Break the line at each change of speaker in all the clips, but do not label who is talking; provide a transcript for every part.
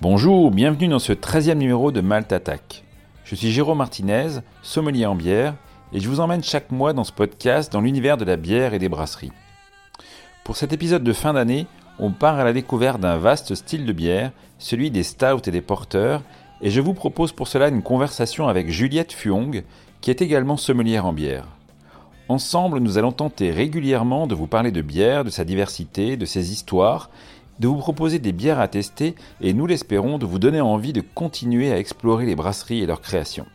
Bonjour, bienvenue dans ce 13e numéro de Malte Attaque. Je suis Jérôme Martinez, sommelier en bière, et je vous emmène chaque mois dans ce podcast dans l'univers de la bière et des brasseries. Pour cet épisode de fin d'année, on part à la découverte d'un vaste style de bière, celui des stouts et des porters, et je vous propose pour cela une conversation avec Juliette Fuong, qui est également sommelière en bière. Ensemble, nous allons tenter régulièrement de vous parler de bière, de sa diversité, de ses histoires, de vous proposer des bières à tester et nous l'espérons de vous donner envie de continuer à explorer les brasseries et leurs créations.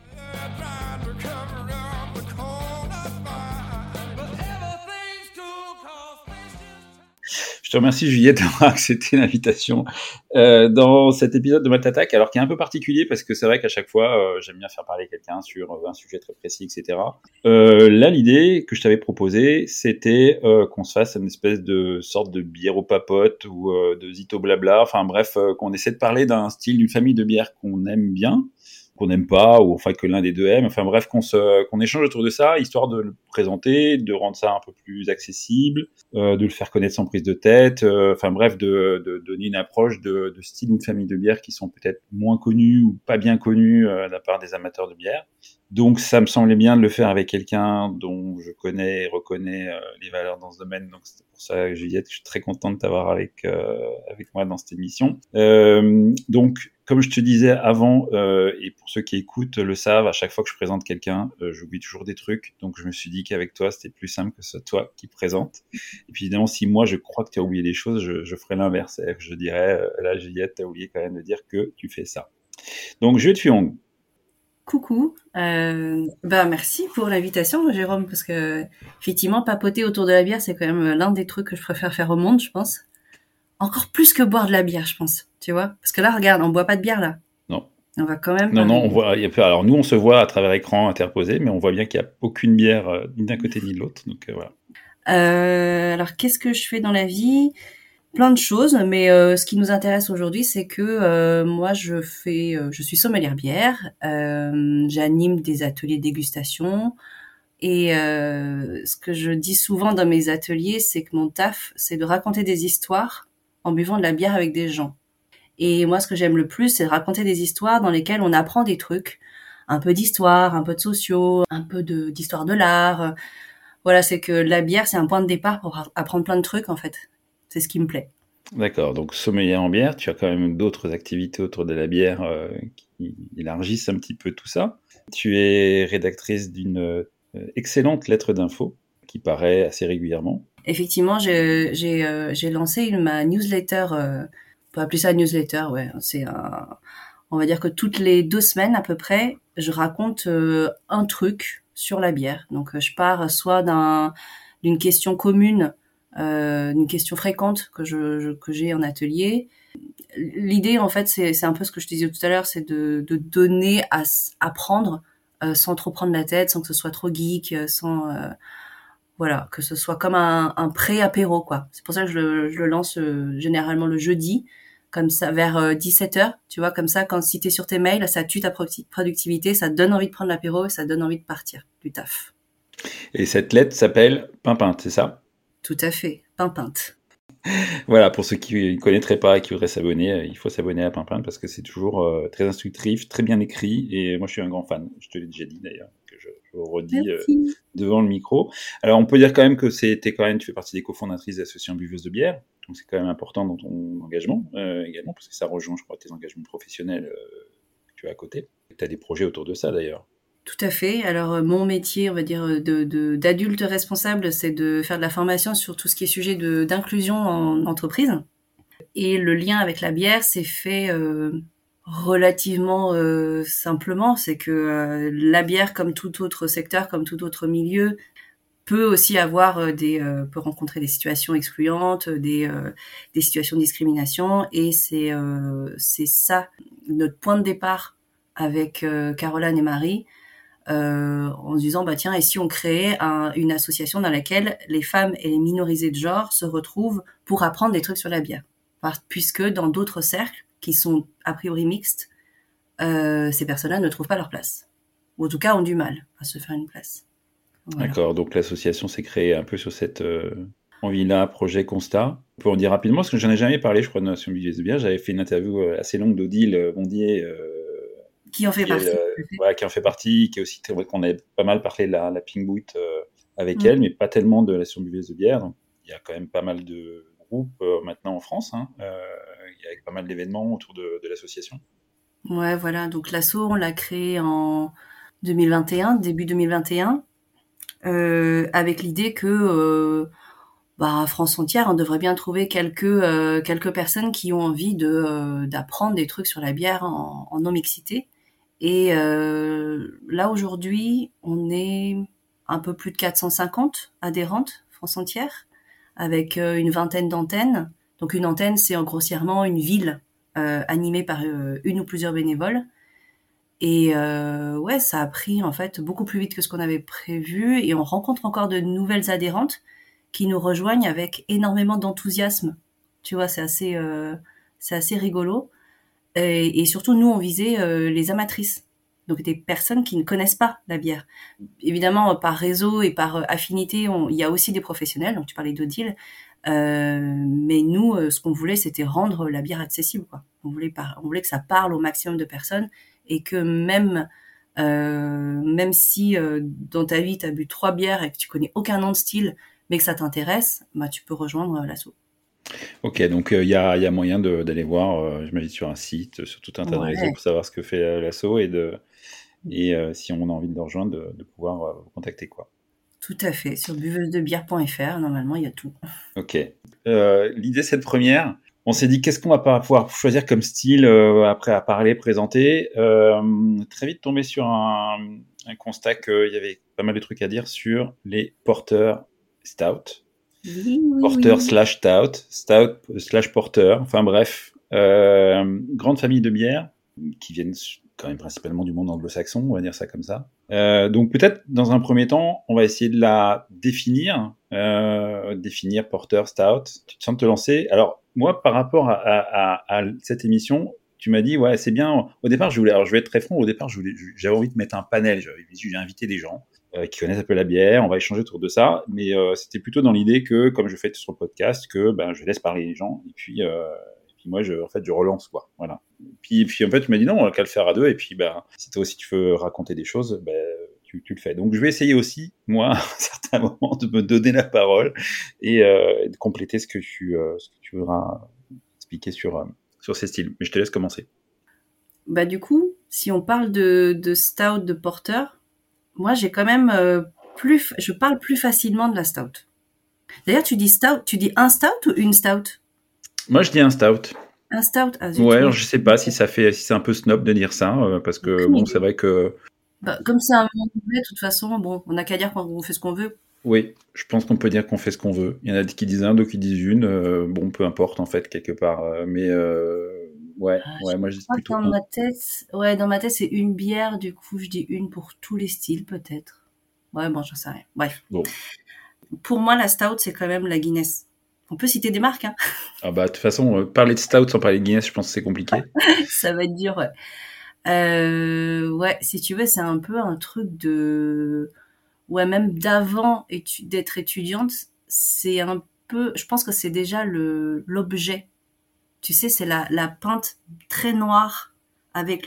Je te remercie Juliette d'avoir accepté l'invitation dans cet épisode de Malte Attaque, alors qui est un peu particulier parce que c'est vrai qu'à chaque fois j'aime bien faire parler quelqu'un sur un sujet très précis, etc. Là, l'idée que je t'avais proposée, c'était qu'on se fasse une espèce de sorte de bière aux papotes ou de zito blabla, enfin bref, qu'on essaie de parler d'un style, d'une famille de bières qu'on aime bien, qu'on n'aime pas, ou enfin que l'un des deux aime, enfin bref, qu'on échange autour de ça, histoire de le présenter, de rendre ça un peu plus accessible, de le faire connaître sans prise de tête, enfin bref, de donner une approche de style ou de famille de bière qui sont peut-être moins connus ou pas bien connus de la part des amateurs de bière. Donc ça me semblait bien de le faire avec quelqu'un dont je connais et reconnais les valeurs dans ce domaine. Donc c'est pour ça, Juliette, je suis très content de t'avoir avec moi dans cette émission. Donc comme je te disais avant, et pour ceux qui écoutent le savent, à chaque fois que je présente quelqu'un, j'oublie toujours des trucs. Donc je me suis dit qu'avec toi, c'était plus simple que ce soit toi qui présente. Et puis évidemment, si moi je crois que tu as oublié des choses, je ferai l'inverse. C'est-à-dire que je dirais, là Juliette, tu as oublié quand même de dire que tu fais ça. Donc Juliette Fuong.
Coucou, merci pour l'invitation Jérôme, parce que effectivement papoter autour de la bière c'est quand même l'un des trucs que je préfère faire au monde, je pense. Encore plus que boire de la bière, je pense, tu vois. Parce que là, regarde, on boit pas de bière là.
Non.
On va quand même
Non,
parler
on
de bière.
voit. Alors nous, on se voit à travers écran interposé, mais on voit bien qu'il n'y a aucune bière ni d'un côté ni de l'autre. Donc voilà.
Alors qu'est-ce que je fais dans la vie? Plein de choses, mais ce qui nous intéresse aujourd'hui, c'est que moi je suis sommelière bière, j'anime des ateliers de dégustation. Et ce que je dis souvent dans mes ateliers, c'est que mon taf, c'est de raconter des histoires en buvant de la bière avec des gens. Et moi, ce que j'aime le plus, c'est de raconter des histoires dans lesquelles on apprend des trucs, un peu d'histoire, un peu de sociaux, un peu d'histoire de l'art. Voilà, c'est que la bière, c'est un point de départ pour apprendre plein de trucs, en fait. C'est ce qui me plaît.
D'accord. Donc sommelier en bière, tu as quand même d'autres activités autour de la bière qui élargissent un petit peu tout ça. Tu es rédactrice d'une excellente lettre d'info qui paraît assez régulièrement.
Effectivement, j'ai lancé ma newsletter, on peut appeler ça newsletter, ouais. On va dire que toutes les 2 semaines à peu près, je raconte un truc sur la bière. Donc je pars soit d'une question commune, d'une question fréquente que j'ai en atelier. L'idée en fait, c'est un peu ce que je te disais tout à l'heure, c'est de donner à apprendre sans trop prendre la tête, sans que ce soit trop geek, sans voilà, que ce soit comme un pré-apéro, quoi. C'est pour ça que je le lance généralement le jeudi, comme ça, vers 17h, tu vois, comme ça, quand si t'es sur tes mails, ça tue ta productivité, ça te donne envie de prendre l'apéro et ça te donne envie de partir du taf.
Et cette lettre s'appelle Pimpinte, c'est ça?
Tout à fait, pimpinte.
Voilà, pour ceux qui ne connaîtraient pas et qui voudraient s'abonner, il faut s'abonner à Pimpinte parce que c'est toujours très instructif, très bien écrit, et moi je suis un grand fan. Je te l'ai déjà dit d'ailleurs, que je redis
Merci.
devant le micro. Alors on peut dire quand même que tu fais partie des cofondatrices de l'association Buveuse de bière, donc c'est quand même important dans ton engagement également, parce que ça rejoint, je crois, tes engagements professionnels que tu as à côté. Tu as des projets autour de ça d'ailleurs.
Tout à fait. Alors mon métier, on va dire d'adulte responsable, c'est de faire de la formation sur tout ce qui est sujet d'inclusion en entreprise. Et le lien avec la bière s'est fait relativement simplement. C'est que la bière, comme tout autre secteur, comme tout autre milieu, peut aussi avoir peut rencontrer des situations excluantes, des situations de discrimination. Et c'est ça notre point de départ avec Caroline et Marie. En se disant bah tiens, et si on créait une association dans laquelle les femmes et les minorisés de genre se retrouvent pour apprendre des trucs sur la bière, puisque dans d'autres cercles qui sont a priori mixtes, ces personnes-là ne trouvent pas leur place, ou en tout cas ont du mal à se faire une place. Voilà.
D'accord, donc l'association s'est créée un peu sur cette envie-là, projet, constat. Pour en dire rapidement, parce que j'en ai jamais parlé, je crois, de Nation Budget de bière. J'avais fait une interview assez longue d'Odile Bondier,
Qui en fait
qui, elle,
partie.
voilà, qui en fait partie, qui est aussi, qu'on avait pas mal parlé de la Pink Boot avec
Mm.
elle, mais pas tellement de Nation Budget de bière. Donc, il y a quand même pas mal de groupes maintenant en France. Hein. Il y a pas mal d'événements autour de l'association.
Ouais, voilà. Donc l'asso, on l'a créé en 2021, début 2021, avec l'idée que France entière, on devrait bien trouver quelques personnes qui ont envie d'apprendre des trucs sur la bière en non-mixité. Et là, aujourd'hui, on est un peu plus de 450 adhérentes, France entière, avec une vingtaine d'antennes. Donc une antenne, c'est grossièrement une ville animée par une ou plusieurs bénévoles. Et ouais, ça a pris en fait beaucoup plus vite que ce qu'on avait prévu. Et on rencontre encore de nouvelles adhérentes qui nous rejoignent avec énormément d'enthousiasme. Tu vois, c'est assez rigolo. Et surtout, nous, on visait les amatrices. Donc des personnes qui ne connaissent pas la bière. Évidemment, par réseau et par affinité, il y a aussi des professionnels. Donc tu parlais d'Odile. Mais nous, ce qu'on voulait, c'était rendre la bière accessible, quoi. On voulait que ça parle au maximum de personnes et que même si dans ta vie, tu as bu 3 bières et que tu connais aucun nom de style, mais que ça t'intéresse, bah, tu peux rejoindre l'asso.
Ok, donc il y a moyen d'aller voir, j'imagine, sur un site, sur tout un tas de réseaux
Ouais,
pour savoir ce que fait l'asso et si on a envie de le rejoindre, de pouvoir vous contacter, quoi.
tout à fait. Sur buveusedebière.fr, normalement, il y a tout.
Ok. L'idée, cette première, on s'est dit qu'est-ce qu'on va pas pouvoir choisir comme style après à parler, présenter. Très vite tombé sur un constat qu'il y avait pas mal de trucs à dire sur les porteurs stout,
Oui, oui,
porteurs
oui.
slash stout, stout slash porteur. Enfin bref, grande famille de bières qui viennent quand même principalement du monde anglo-saxon, on va dire ça comme ça. Donc peut-être dans un premier temps, on va essayer de la définir porter, stout. Tu te sens de te lancer. Alors moi, par rapport à cette émission, tu m'as dit ouais c'est bien. Au départ, alors je vais être très franc. Au départ, j'avais envie de mettre un panel. J'ai invité des gens qui connaissent un peu la bière. On va échanger autour de ça. Mais c'était plutôt dans l'idée que, comme je fais sur le podcast, que ben je laisse parler les gens et puis moi, je relance, quoi. Voilà. Puis en fait, tu m'as dit non, on va qu'à le faire à deux. Et puis, bah, si toi aussi tu veux raconter des choses, bah, tu le fais. Donc, je vais essayer aussi, moi, à un certain moment, de me donner la parole et de compléter ce que tu voudras expliquer sur ces styles. Mais je te laisse commencer.
Bah, du coup, si on parle de stout, de porter, moi, j'ai quand même je parle plus facilement de la stout. D'ailleurs, tu dis stout, tu dis un stout ou une stout?
Moi, je dis un stout.
Un stout, ah zut,
Ouais,
moi
alors je sais pas si c'est un peu snob de dire ça, parce que
aucune
bon, c'est
idée.
vrai que
Bah, comme c'est un monde ouvert, de toute façon, bon, on n'a qu'à dire qu'on fait ce qu'on veut.
oui, je pense qu'on peut dire qu'on fait ce qu'on veut. Il y en a qui disent un, d'autres qui disent une. Bon, peu importe en fait quelque part. Mais ouais, moi je
Je
dis
crois que
plutôt un.
dans ma tête, c'est une bière, du coup, je dis une pour tous les styles, peut-être. Ouais, bon, j'en sais rien. Bref.
Bon,
Pour moi, la stout, c'est quand même la Guinness. On peut citer des marques, hein.
ah bah de toute façon, parler de stout sans parler de Guinness, je pense que c'est compliqué.
Ça va être dur, ouais. Ouais, si tu veux, c'est un peu un truc ouais, même d'avant d'être étudiante, c'est un peu, je pense que c'est déjà l'objet. Tu sais, c'est la pinte très noire avec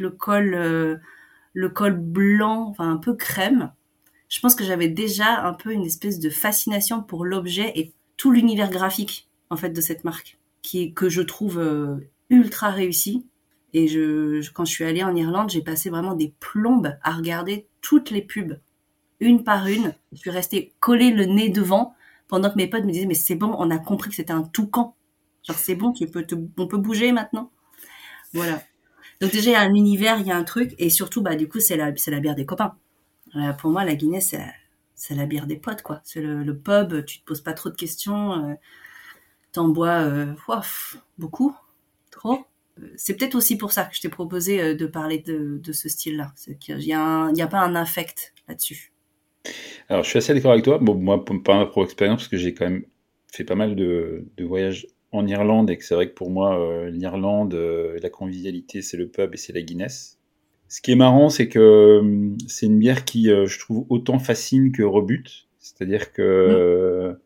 le col blanc, enfin un peu crème. Je pense que j'avais déjà un peu une espèce de fascination pour l'objet et tout l'univers graphique, en fait, de cette marque, que je trouve ultra réussi. Et quand je suis allée en Irlande, j'ai passé vraiment des plombes à regarder toutes les pubs, une par une. Je suis restée collée le nez devant pendant que mes potes me disaient, mais c'est bon, on a compris que c'était un toucan. Genre, c'est bon, on peut bouger maintenant. Voilà. Donc déjà, il y a un univers, il y a un truc, et surtout, bah, du coup, c'est la bière des copains. Pour moi, la Guinness, c'est la bière des potes, quoi. C'est le pub, tu te poses pas trop de questions, t'en bois, beaucoup, trop. C'est peut-être aussi pour ça que je t'ai proposé de parler de ce style-là. C'est qu'il y a pas un affect là-dessus.
Alors je suis assez d'accord avec toi. Bon, moi pas ma propre expérience parce que j'ai quand même fait pas mal de voyages en Irlande et que c'est vrai que pour moi l'Irlande, la convivialité, c'est le pub et c'est la Guinness. Ce qui est marrant, c'est que c'est une bière qui, je trouve, autant fascine que rebute. C'est-à-dire que
Mm.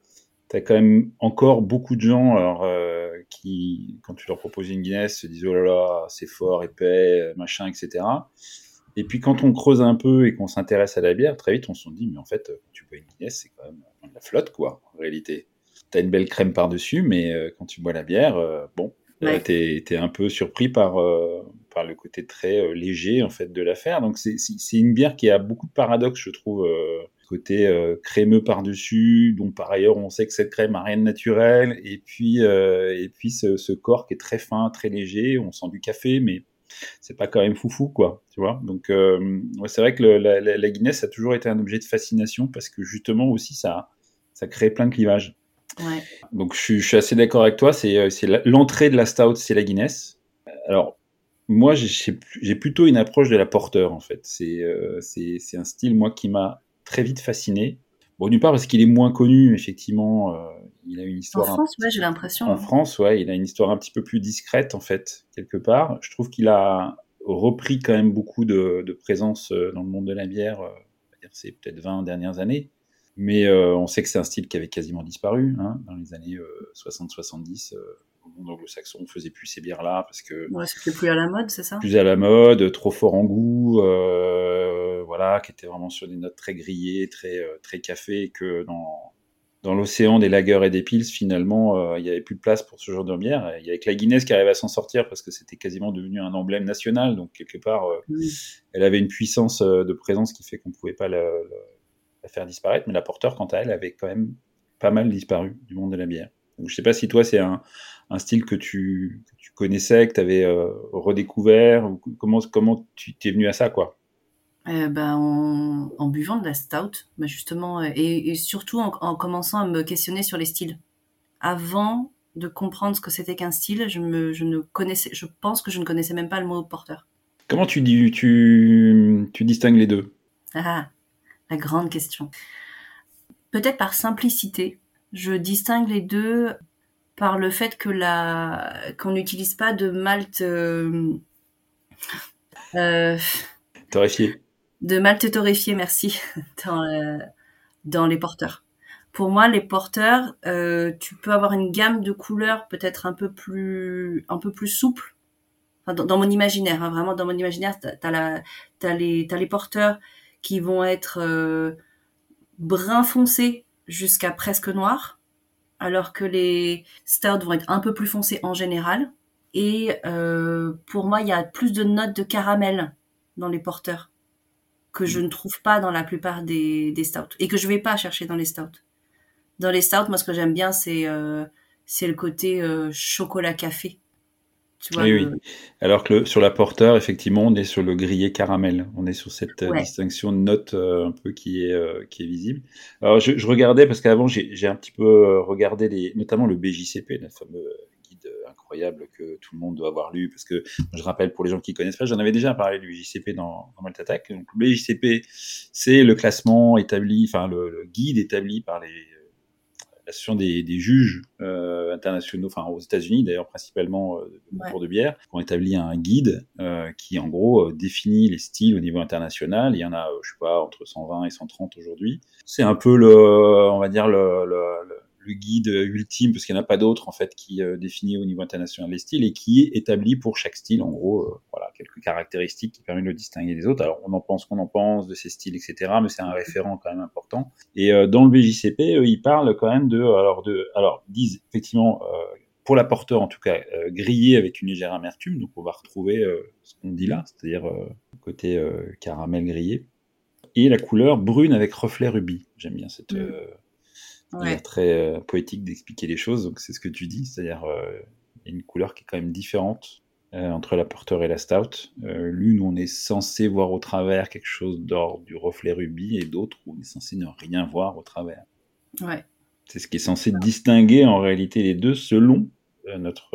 t'as quand même encore beaucoup de gens alors, qui, quand tu leur proposes une Guinness, se disent oh là là, c'est fort, épais, machin, etc. Et puis quand on creuse un peu et qu'on s'intéresse à la bière, très vite on se dit mais en fait, quand tu bois une Guinness, c'est quand même de la flotte quoi, en réalité. T'as une belle crème par-dessus, mais quand tu bois la bière, bon,
Ouais.
t'es un peu surpris par le côté très léger en fait de l'affaire. Donc c'est une bière qui a beaucoup de paradoxes, je trouve. Côté crémeux par-dessus, dont par ailleurs on sait que cette crème a rien de naturel, et puis ce corps qui est très fin, très léger, on sent du café, mais c'est pas quand même foufou quoi, tu vois. Donc ouais, c'est vrai que la Guinness a toujours été un objet de fascination parce que justement aussi ça crée plein de clivages.
Ouais.
Donc je suis assez d'accord avec toi, c'est l'entrée de la stout, c'est la Guinness. Alors moi j'ai plutôt une approche de la porter en fait. C'est un style moi qui m'a très vite fasciné. Bon, d'une part parce qu'il est moins connu, effectivement, il a une
En
histoire un
France,
petit
ouais, j'ai
peu
l'impression.
en
Hein.
France, ouais, il a une histoire un petit peu plus discrète en fait quelque part. Je trouve qu'il a repris quand même beaucoup de présence dans le monde de la bière, on va dire ces peut-être 20 dernières années. Mais on sait que c'est un style qui avait quasiment disparu hein, dans les années 60-70. Au monde anglo-saxon, on faisait plus ces bières-là parce que
Ouais, c'était plus à la mode, c'est ça?
plus à la mode, trop fort en goût, voilà, qui était vraiment sur des notes très grillées, très café, et que dans l'océan des lagers et des pils, finalement, il n'y avait plus de place pour ce genre de bière. Il y avait que la Guinness qui arrivait à s'en sortir parce que c'était quasiment devenu un emblème national. Donc, quelque part,
Mm.
elle avait une puissance de présence qui fait qu'on ne pouvait pas la faire disparaître. Mais la Porter, quant à elle, avait quand même pas mal disparu du monde de la bière. Donc, je ne sais pas si toi, c'est un style que tu connaissais, que tu avais redécouvert, ou comment tu t'es venu à ça, quoi.
En buvant de la stout, bah justement, et surtout en commençant à me questionner sur les styles. Avant de comprendre ce que c'était qu'un style, je pense que je ne connaissais même pas le mot porteur.
Comment tu distingues les deux?
Ah, la grande question. Peut-être par simplicité, je distingue les deux par le fait que qu'on n'utilise pas de malt, euh,
Torréfié.
de malt torréfié, merci, dans, dans les porteurs. Pour moi, les porteurs, tu peux avoir une gamme de couleurs peut-être un peu plus souple. Enfin, dans mon imaginaire, hein, vraiment dans mon imaginaire, t'as les porteurs qui vont être brun foncé jusqu'à presque noir, alors que les stouts vont être un peu plus foncés en général. Et pour moi, il y a plus de notes de caramel dans les porteurs que je ne trouve pas dans la plupart des stouts et que je vais pas chercher dans les stouts. Dans les stouts, moi, ce que j'aime bien, c'est le côté chocolat café. Tu vois
Oui, oui.
le
Alors que sur la Porter, effectivement, on est sur le grillé caramel. On est sur cette
ouais
distinction de notes un peu qui est visible. Alors, je regardais, parce qu'avant, j'ai un petit peu regardé notamment le BJCP, le fameux guide incroyable que tout le monde doit avoir lu, parce que je rappelle pour les gens qui connaissent pas, j'en avais déjà parlé du BJCP dans Malt Attack. Donc, le BJCP, c'est le classement établi, enfin, le guide établi par l'association des juges internationaux, enfin aux États-Unis d'ailleurs principalement de
ouais
concours de bière, qui ont établi un guide qui en gros définit les styles au niveau international. Il y en a, je sais pas, entre 120 et 130 aujourd'hui. C'est un peu on va dire le guide ultime, parce qu'il n'y en a pas d'autres en fait qui définit au niveau international les styles et qui est établi pour chaque style en gros, voilà, quelques caractéristiques qui permettent de le distinguer des autres. Alors on en pense qu'on en pense de ces styles, etc. Mais c'est un référent quand même important. Et dans le BJCP, ils parlent quand même alors ils disent effectivement pour la porteur en tout cas grillé avec une légère amertume. Donc on va retrouver ce qu'on dit là, c'est-à-dire côté caramel grillé, et la couleur brune avec reflet rubis. J'aime bien cette
mm,
manière
ouais
très poétique d'expliquer les choses. Donc c'est ce que tu dis, c'est-à-dire il y a une couleur qui est quand même différente entre la porter et la stout. L'une où on est censé voir au travers quelque chose d'ordre du reflet rubis, et d'autres où on est censé ne rien voir au travers.
ouais
C'est ce qui est censé distinguer en réalité les deux selon notre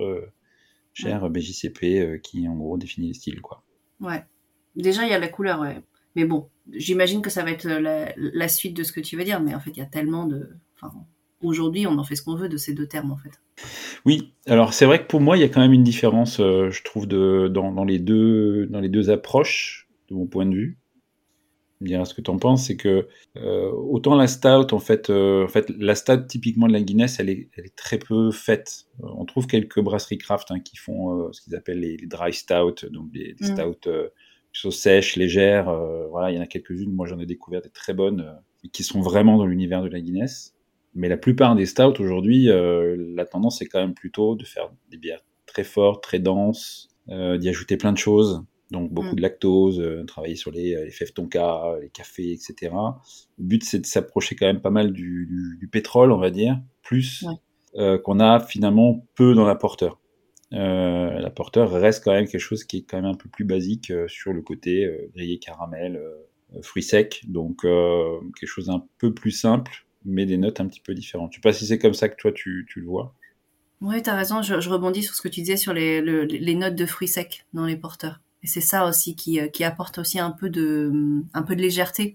ouais
cher BJCP qui en gros définit les styles, quoi.
ouais. Déjà, il y a la couleur, ouais. Mais bon, j'imagine que ça va être la suite de ce que tu veux dire, mais en fait, il y a tellement de. Enfin, aujourd'hui, on en fait ce qu'on veut de ces deux termes, en fait.
Oui, alors c'est vrai que pour moi il y a quand même une différence, je trouve, dans les deux approches de mon point de vue. me diras ce que tu en penses, c'est que autant la stout, en fait, la stout typiquement de la Guinness, elle est très peu faite. On trouve quelques brasseries craft qui font ce qu'ils appellent les dry stout, donc des stouts plutôt sèches, légères. Voilà, il y en a quelques-unes. Moi, j'en ai découvert des très bonnes qui sont vraiment dans l'univers de la Guinness. Mais la plupart des stouts aujourd'hui, la tendance c'est quand même plutôt de faire des bières très fortes, très denses, d'y ajouter plein de choses. Donc beaucoup de lactose, travailler sur les fèves tonka, les cafés, etc. Le but c'est de s'approcher quand même pas mal du pétrole, on va dire, plus qu'on a finalement peu dans la porter. La porter reste quand même quelque chose qui est quand même un peu plus basique sur le côté grillé caramel, fruits secs, donc quelque chose d'un peu plus simple, mais des notes un petit peu différentes. Je sais pas si c'est comme ça que toi tu le vois.
Ouais, t'as raison, je rebondis sur ce que tu disais sur les notes de fruits secs dans les porteurs. Et c'est ça aussi qui apporte aussi un peu de légèreté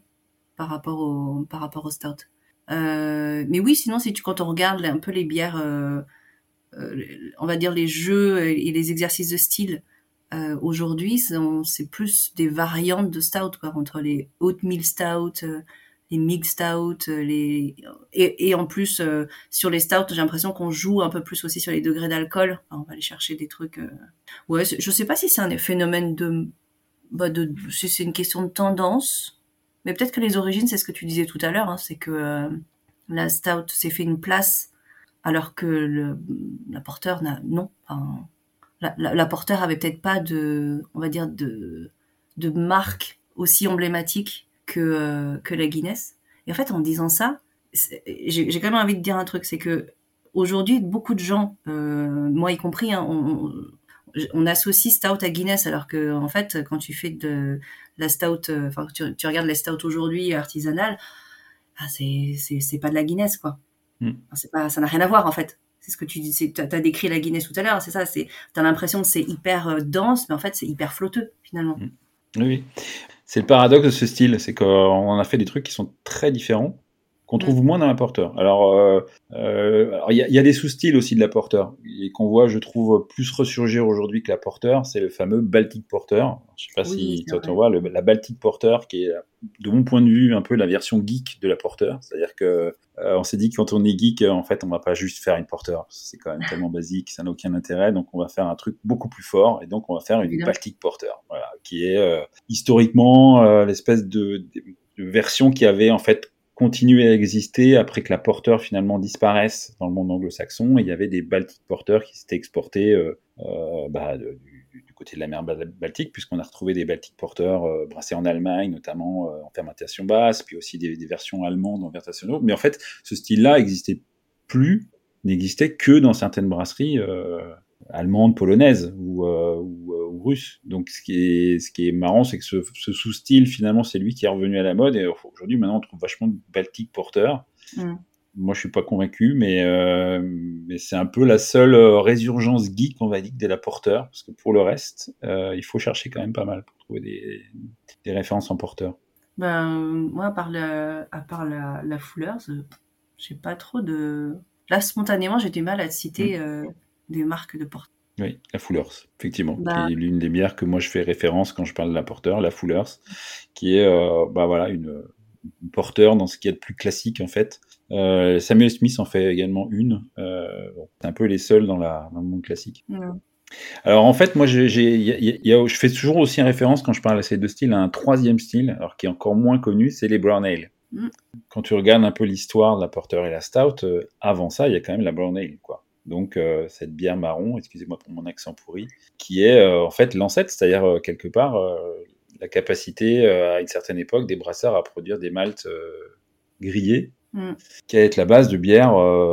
par rapport au stout. Mais oui, sinon, quand on regarde un peu les bières, on va dire les jeux et les exercices de style, aujourd'hui, c'est plus des variantes de stout, quoi, entre les oatmeal stout, les mixed stout, et en plus sur les stouts, j'ai l'impression qu'on joue un peu plus aussi sur les degrés d'alcool. Enfin, on va aller chercher des trucs. Ouais, je sais pas si c'est un phénomène si c'est une question de tendance, mais peut-être que les origines, c'est ce que tu disais tout à l'heure, c'est que la stout s'est fait une place alors que la porteur non. Enfin, la porteur avait peut-être pas on va dire de marque aussi emblématique que la Guinness. Et en fait, en disant ça, j'ai quand même envie de dire un truc, c'est que aujourd'hui, beaucoup de gens, moi y compris, on associe stout à Guinness, alors que en fait, quand tu fais de la stout, enfin, tu regardes la stout aujourd'hui artisanale, c'est pas de la Guinness, quoi.
Mm.
Enfin, ça n'a rien à voir en fait. C'est ce que tu dis, t'as décrit la Guinness tout à l'heure, c'est ça, t'as l'impression que c'est hyper dense, mais en fait c'est hyper flotteux finalement.
Mm. Oui, c'est le paradoxe de ce style, c'est qu'on a fait des trucs qui sont très différents, qu'on trouve moins dans la porter. Alors il y a des sous-styles aussi de la porter, et qu'on voit, je trouve, plus ressurgir aujourd'hui que la porter, c'est le fameux Baltic Porter. Je sais pas
Oui,
si
c'est
toi tu
vrai.
vois, la Baltic Porter, qui est, de mon point de vue, un peu la version geek de la porter. C'est-à-dire que on s'est dit que quand on est geek, en fait, on va pas juste faire une porter. C'est quand même tellement basique, ça n'a aucun intérêt, donc on va faire un truc beaucoup plus fort, et donc on va faire une
Évidemment.
Baltic Porter, voilà, qui est historiquement l'espèce de version qui avait en fait continué à exister après que la porter finalement disparaisse dans le monde anglo-saxon. Et il y avait des Baltic Porter qui s'étaient exportés du côté de la mer Baltique, puisqu'on a retrouvé des Baltic Porter brassés en Allemagne, notamment en fermentation basse, puis aussi des versions allemandes en fermentation haute. Mais en fait, ce style-là n'existait que dans certaines brasseries allemande, polonaise ou russe. Donc ce qui est marrant, c'est que ce sous-style, finalement, c'est lui qui est revenu à la mode. Et aujourd'hui, maintenant, on trouve vachement de Baltic Porter.
Mm.
Moi, je suis pas convaincu, mais c'est un peu la seule résurgence geek, on va dire, de la Porter. Parce que pour le reste, il faut chercher quand même pas mal pour trouver des références en Porter.
Moi, à part la Fullers, j'ai pas trop de. Là, spontanément, j'ai du mal à te citer
Mm.
des marques de porte.
Oui, la Fullers, effectivement,
Bah,
qui est l'une des bières que moi je fais référence quand je parle de la Porter, la Fullers, qui est voilà une Porter dans ce qu'il y a de plus classique en fait. Samuel Smith en fait également une. Bon, c'est un peu les seuls dans le monde classique.
mm,
Alors en fait, moi je fais toujours aussi une référence quand je parle de ces deux styles à un troisième style, alors qui est encore moins connu, c'est les Brown Ale.
mm,
Quand tu regardes un peu l'histoire de la Porter et la Stout, avant ça, il y a quand même la Brown Ale, quoi. Donc cette bière marron, excusez-moi pour mon accent pourri, qui est en fait l'ancêtre, c'est-à-dire quelque part la capacité à une certaine époque des brasseurs à produire des maltes grillés,
mm.
qui allait être la base de bières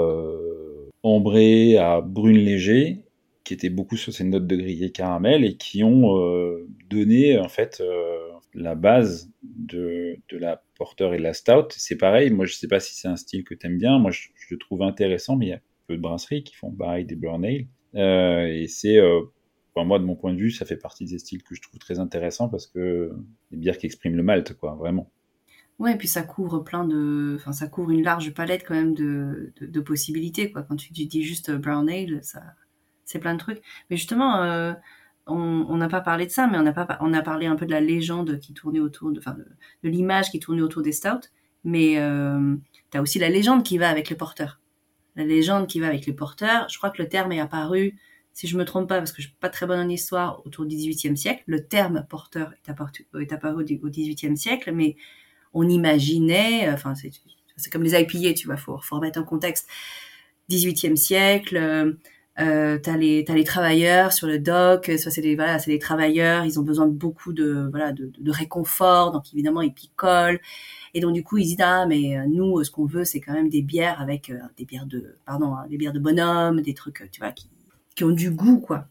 ambrées à brune léger, qui étaient beaucoup sur ces notes de grillé caramel et qui ont donné en fait la base de la porter et de la stout. C'est pareil, moi je sais pas si c'est un style que tu aimes bien, moi je le trouve intéressant, mais il y a peu de brasseries qui font pareil des brown ale. Et c'est, enfin, moi de mon point de vue, ça fait partie des styles que je trouve très intéressants parce que des bières qui expriment le malt, quoi, vraiment.
Ouais, et puis ça couvre enfin, ça couvre une large palette quand même de possibilités, quoi. Quand tu dis juste brown ale, c'est plein de trucs. Mais justement, on n'a pas parlé de ça, mais on a parlé un peu de la légende qui tournait autour de l'image qui tournait autour des stouts. Mais t'as aussi la légende qui va avec les porteurs. La légende qui va avec les porteurs. Je crois que le terme est apparu, si je me trompe pas, parce que je suis pas très bonne en histoire, autour du XVIIIe siècle. Le terme porteur est apparu au XVIIIe siècle, mais on imaginait, c'est comme les IPA, tu vois, faut remettre en contexte. XVIIIe siècle, t'as les travailleurs sur le dock, soit c'est des travailleurs, ils ont besoin de beaucoup de réconfort, donc évidemment ils picolent. Et donc du coup ils disent mais nous ce qu'on veut c'est quand même des bières avec des bières de bonhomme, des trucs tu vois qui ont du goût quoi.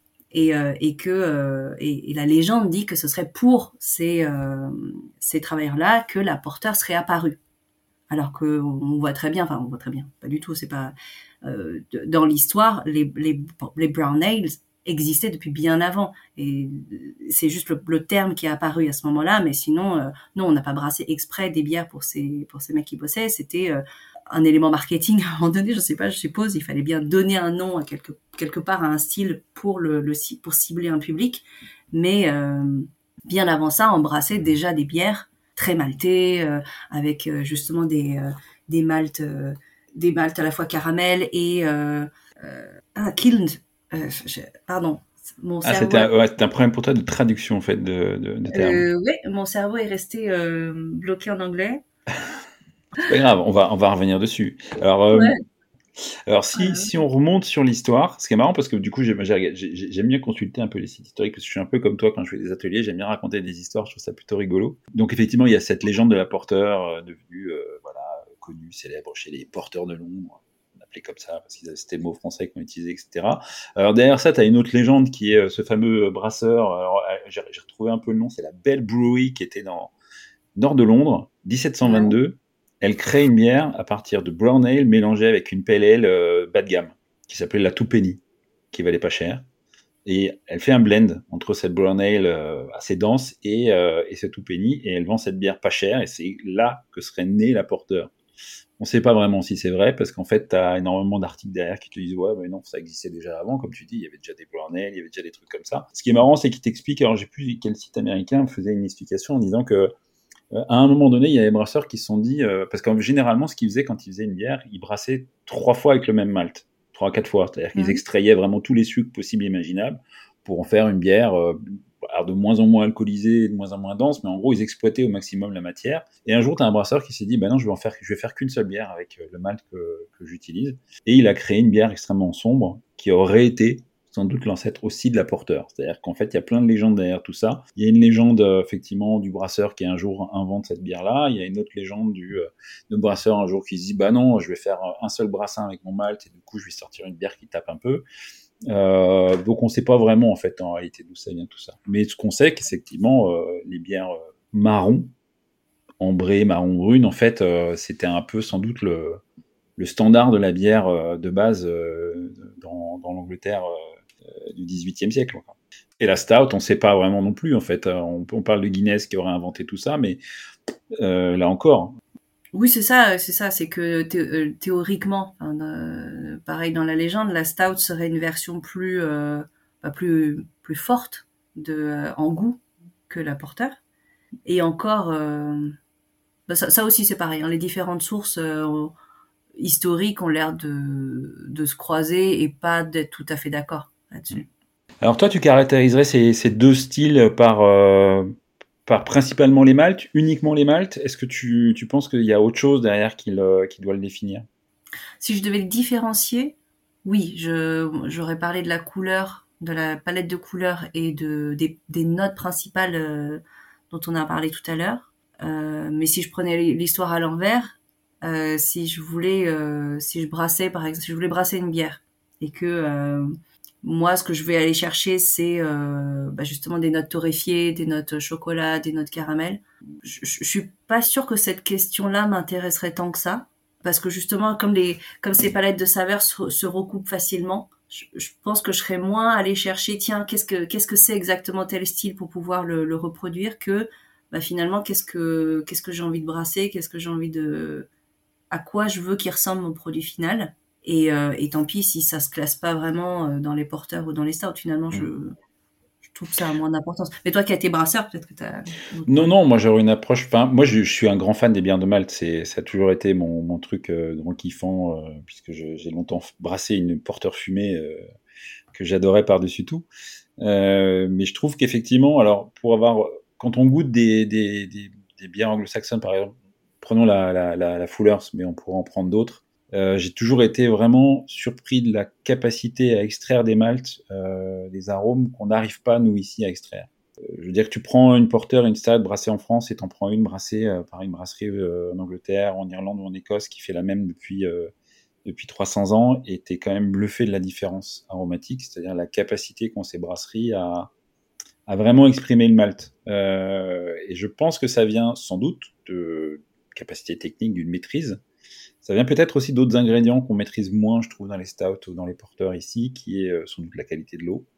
Et la légende dit que ce serait pour ces travailleurs-là que la porteur serait apparue. Alors que on voit très bien, pas du tout, c'est pas dans l'histoire, les brown ales existaient depuis bien avant. Et c'est juste le terme qui est apparu à ce moment-là, mais sinon, non, on n'a pas brassé exprès des bières pour ces mecs qui bossaient. C'était un élément marketing à un moment donné, je sais pas, je suppose, il fallait bien donner un nom à quelque part à un style pour pour cibler un public. Mais bien avant ça, on brassait déjà des bières très maltées, avec justement des maltes à la fois caramel et kiln. Pardon, mon cerveau.
C'était un problème pour toi de traduction en fait de termes.
Ouais, mon cerveau est resté bloqué en anglais.
C'est pas grave, on va revenir dessus.
Ouais.
Alors si on remonte sur l'histoire, ce qui est marrant parce que du coup j'aime bien consulter un peu les sites historiques parce que je suis un peu comme toi quand je fais des ateliers, j'aime bien raconter des histoires, je trouve ça plutôt rigolo. Donc effectivement il y a cette légende de la porteur devenue connue, célèbre chez les porteurs de Londres, on appelait comme ça parce que c'était le mot français qu'on utilisait, etc. Alors derrière ça tu as une autre légende qui est ce fameux brasseur, alors j'ai retrouvé un peu le nom, c'est la Bell Brewery qui était dans nord de Londres, 1722. Elle crée une bière à partir de brown ale mélangée avec une pale ale bas de gamme qui s'appelait la Two Penny, qui valait pas cher. Et elle fait un blend entre cette brown ale assez dense et ce Two Penny, et elle vend cette bière pas chère, et c'est là que serait née la porteur. On sait pas vraiment si c'est vrai, parce qu'en fait, tu as énormément d'articles derrière qui te disent ouais, mais non, ça existait déjà avant, comme tu dis, il y avait déjà des brown ale, il y avait déjà des trucs comme ça. Ce qui est marrant, c'est qu'ils t'expliquent, alors j'ai plus quel site américain faisait une explication en disant que à un moment donné, il y a des brasseurs qui se sont dit, parce que généralement, ce qu'ils faisaient quand ils faisaient une bière, ils brassaient 3 fois avec le même malt, 3 à 4 fois. C'est-à-dire qu'ils extrayaient vraiment tous les sucres possibles et imaginables pour en faire une bière alors de moins en moins alcoolisée, de moins en moins dense, mais en gros, ils exploitaient au maximum la matière. Et un jour, tu as un brasseur qui s'est dit, non, je vais faire qu'une seule bière avec le malt que j'utilise. Et il a créé une bière extrêmement sombre qui aurait été sans doute l'ancêtre aussi de la porteur. C'est-à-dire qu'en fait, il y a plein de légendes derrière tout ça. Il y a une légende, effectivement, du brasseur qui un jour invente cette bière-là. Il y a une autre légende de brasseur un jour qui se dit, non, je vais faire un seul brassin avec mon malt et du coup, je vais sortir une bière qui tape un peu. Donc, on ne sait pas vraiment, en fait, en réalité, d'où ça vient tout ça. Mais ce qu'on sait, qu'effectivement, les bières marron, ambrées, marron brune, en fait, c'était un peu, sans doute, le standard de la bière de base dans l'Angleterre du XVIIIe siècle. Et la stout, on ne sait pas vraiment non plus, en fait. On parle de Guinness qui aurait inventé tout ça, mais là encore.
Oui, c'est que théoriquement, pareil dans la légende, la stout serait une version plus forte en goût que la porter. Et encore, ça aussi c'est pareil, hein, les différentes sources historiques ont l'air de se croiser et pas d'être tout à fait d'accord là-dessus.
Alors toi, tu caractériserais ces deux styles par principalement les maltes, uniquement les maltes. Est-ce que tu penses qu'il y a autre chose derrière qui doit le définir?
Si je devais le différencier, oui, j'aurais parlé de la couleur, de la palette de couleurs et des notes principales dont on a parlé tout à l'heure. Mais si je prenais l'histoire à l'envers, si je brassais par exemple, si je voulais brasser une bière et que moi ce que je vais aller chercher c'est justement des notes torréfiées, des notes chocolat, des notes caramel. Je suis pas sûre que cette question-là m'intéresserait tant que ça parce que justement comme ces palettes de saveurs se recoupent facilement, je pense que je serais moins allée chercher tiens qu'est-ce que c'est exactement tel style pour pouvoir le reproduire que finalement qu'est-ce que j'ai envie de brasser, qu'est-ce que j'ai envie à quoi je veux qu'il ressemble mon produit final. Et tant pis si ça se classe pas vraiment dans les porteurs ou dans les stouts. Finalement, je Je trouve que ça a moins d'importance. Mais toi qui as été brasseur, peut-être que tu as...
Non, moi j'aurais une approche. Enfin, moi je suis un grand fan des bières de Malte. Ça a toujours été mon truc grand kiffant, puisque j'ai longtemps brassé une porteur fumée que j'adorais par-dessus tout. Mais je trouve qu'effectivement, alors quand on goûte des bières anglo-saxonnes, par exemple, prenons la Fuller's, mais on pourra en prendre d'autres. J'ai toujours été vraiment surpris de la capacité à extraire des maltes, des arômes qu'on n'arrive pas nous ici à extraire. Je veux dire que tu prends une porter, une stout brassée en France et t'en prends une brassée par une brasserie en Angleterre, en Irlande ou en Écosse qui fait la même depuis 300 ans et t'es quand même bluffé de la différence aromatique, c'est-à-dire la capacité qu'ont ces brasseries à vraiment exprimer le malt. Et je pense que ça vient sans doute de capacité technique, d'une maîtrise. Ça vient peut-être aussi d'autres ingrédients qu'on maîtrise moins, je trouve, dans les stouts ou dans les porteurs ici, qui est sans doute la qualité de l'eau,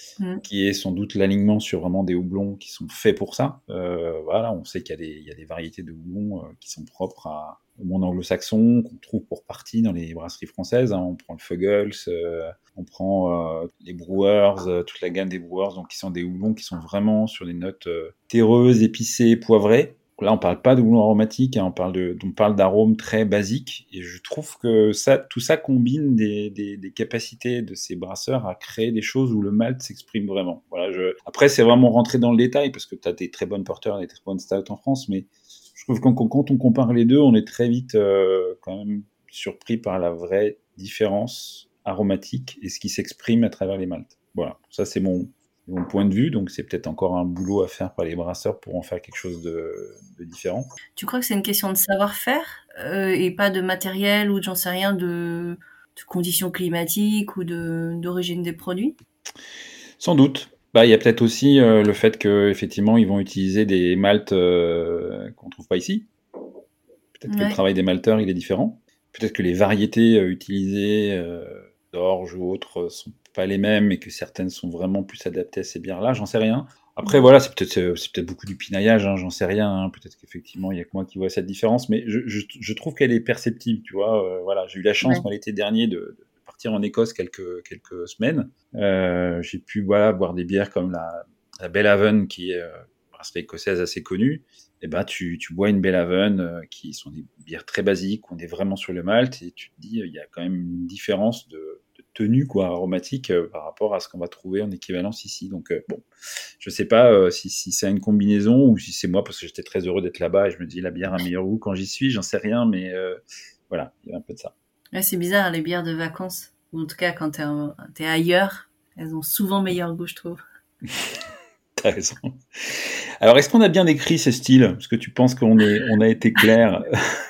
qui est sans doute l'alignement sur vraiment des houblons qui sont faits pour ça. Voilà, on sait qu'il y a des variétés de houblons qui sont propres au monde anglo-saxon, qu'on trouve pour partie dans les brasseries françaises. Hein. On prend le Fuggles, on prend les Brewers, toute la gamme des Brewers, donc qui sont des houblons qui sont vraiment sur des notes terreuses, épicées, poivrées. Là, on parle pas de houblon aromatique, hein, on parle d'arômes très basiques. Et je trouve que tout ça combine des capacités de ces brasseurs à créer des choses où le malt s'exprime vraiment. Voilà, après, c'est vraiment rentrer dans le détail parce que tu as des très bonnes porteurs, des très bonnes stouts en France, mais je trouve que quand on compare les deux, on est très vite quand même surpris par la vraie différence aromatique et ce qui s'exprime à travers les maltes. Voilà, ça c'est mon point de vue, donc c'est peut-être encore un boulot à faire par les brasseurs pour en faire quelque chose de différent.
Tu crois que c'est une question de savoir-faire et pas de matériel ou j'en sais rien, de conditions climatiques ou d'origine des produits?
Sans doute. Bah, il y a peut-être aussi le fait qu'effectivement, ils vont utiliser des maltes qu'on trouve pas ici. Peut-être que le travail des malteurs, il est différent. Peut-être que les variétés utilisées d'orge ou autres sont pas les mêmes et que certaines sont vraiment plus adaptées à ces bières-là. J'en sais rien. Après, voilà, c'est peut-être beaucoup du pinaillage, hein, j'en sais rien. Hein. Peut-être qu'effectivement, il y a que moi qui vois cette différence, mais je trouve qu'elle est perceptible, tu vois. Voilà, j'ai eu la chance, moi, l'été dernier, de partir en Écosse quelques semaines. J'ai pu boire des bières comme la Belhaven, qui est une brasserie écossaise assez connue. Et ben tu bois une Belhaven qui sont des bières très basiques, on est vraiment sur le malt et tu te dis il y a quand même une différence de tenue aromatique par rapport à ce qu'on va trouver en équivalence ici. Donc bon, je sais pas si c'est une combinaison ou si c'est moi parce que j'étais très heureux d'être là-bas et je me dis la bière a un meilleur goût quand j'y suis, j'en sais rien, mais voilà, il y a un peu de ça.
Ouais, c'est bizarre les bières de vacances, ou en tout cas quand t'es ailleurs, elles ont souvent meilleur goût, je trouve.
T'as raison. Alors, est-ce qu'on a bien décrit ces styles? Est-ce que tu penses qu'on a été clair?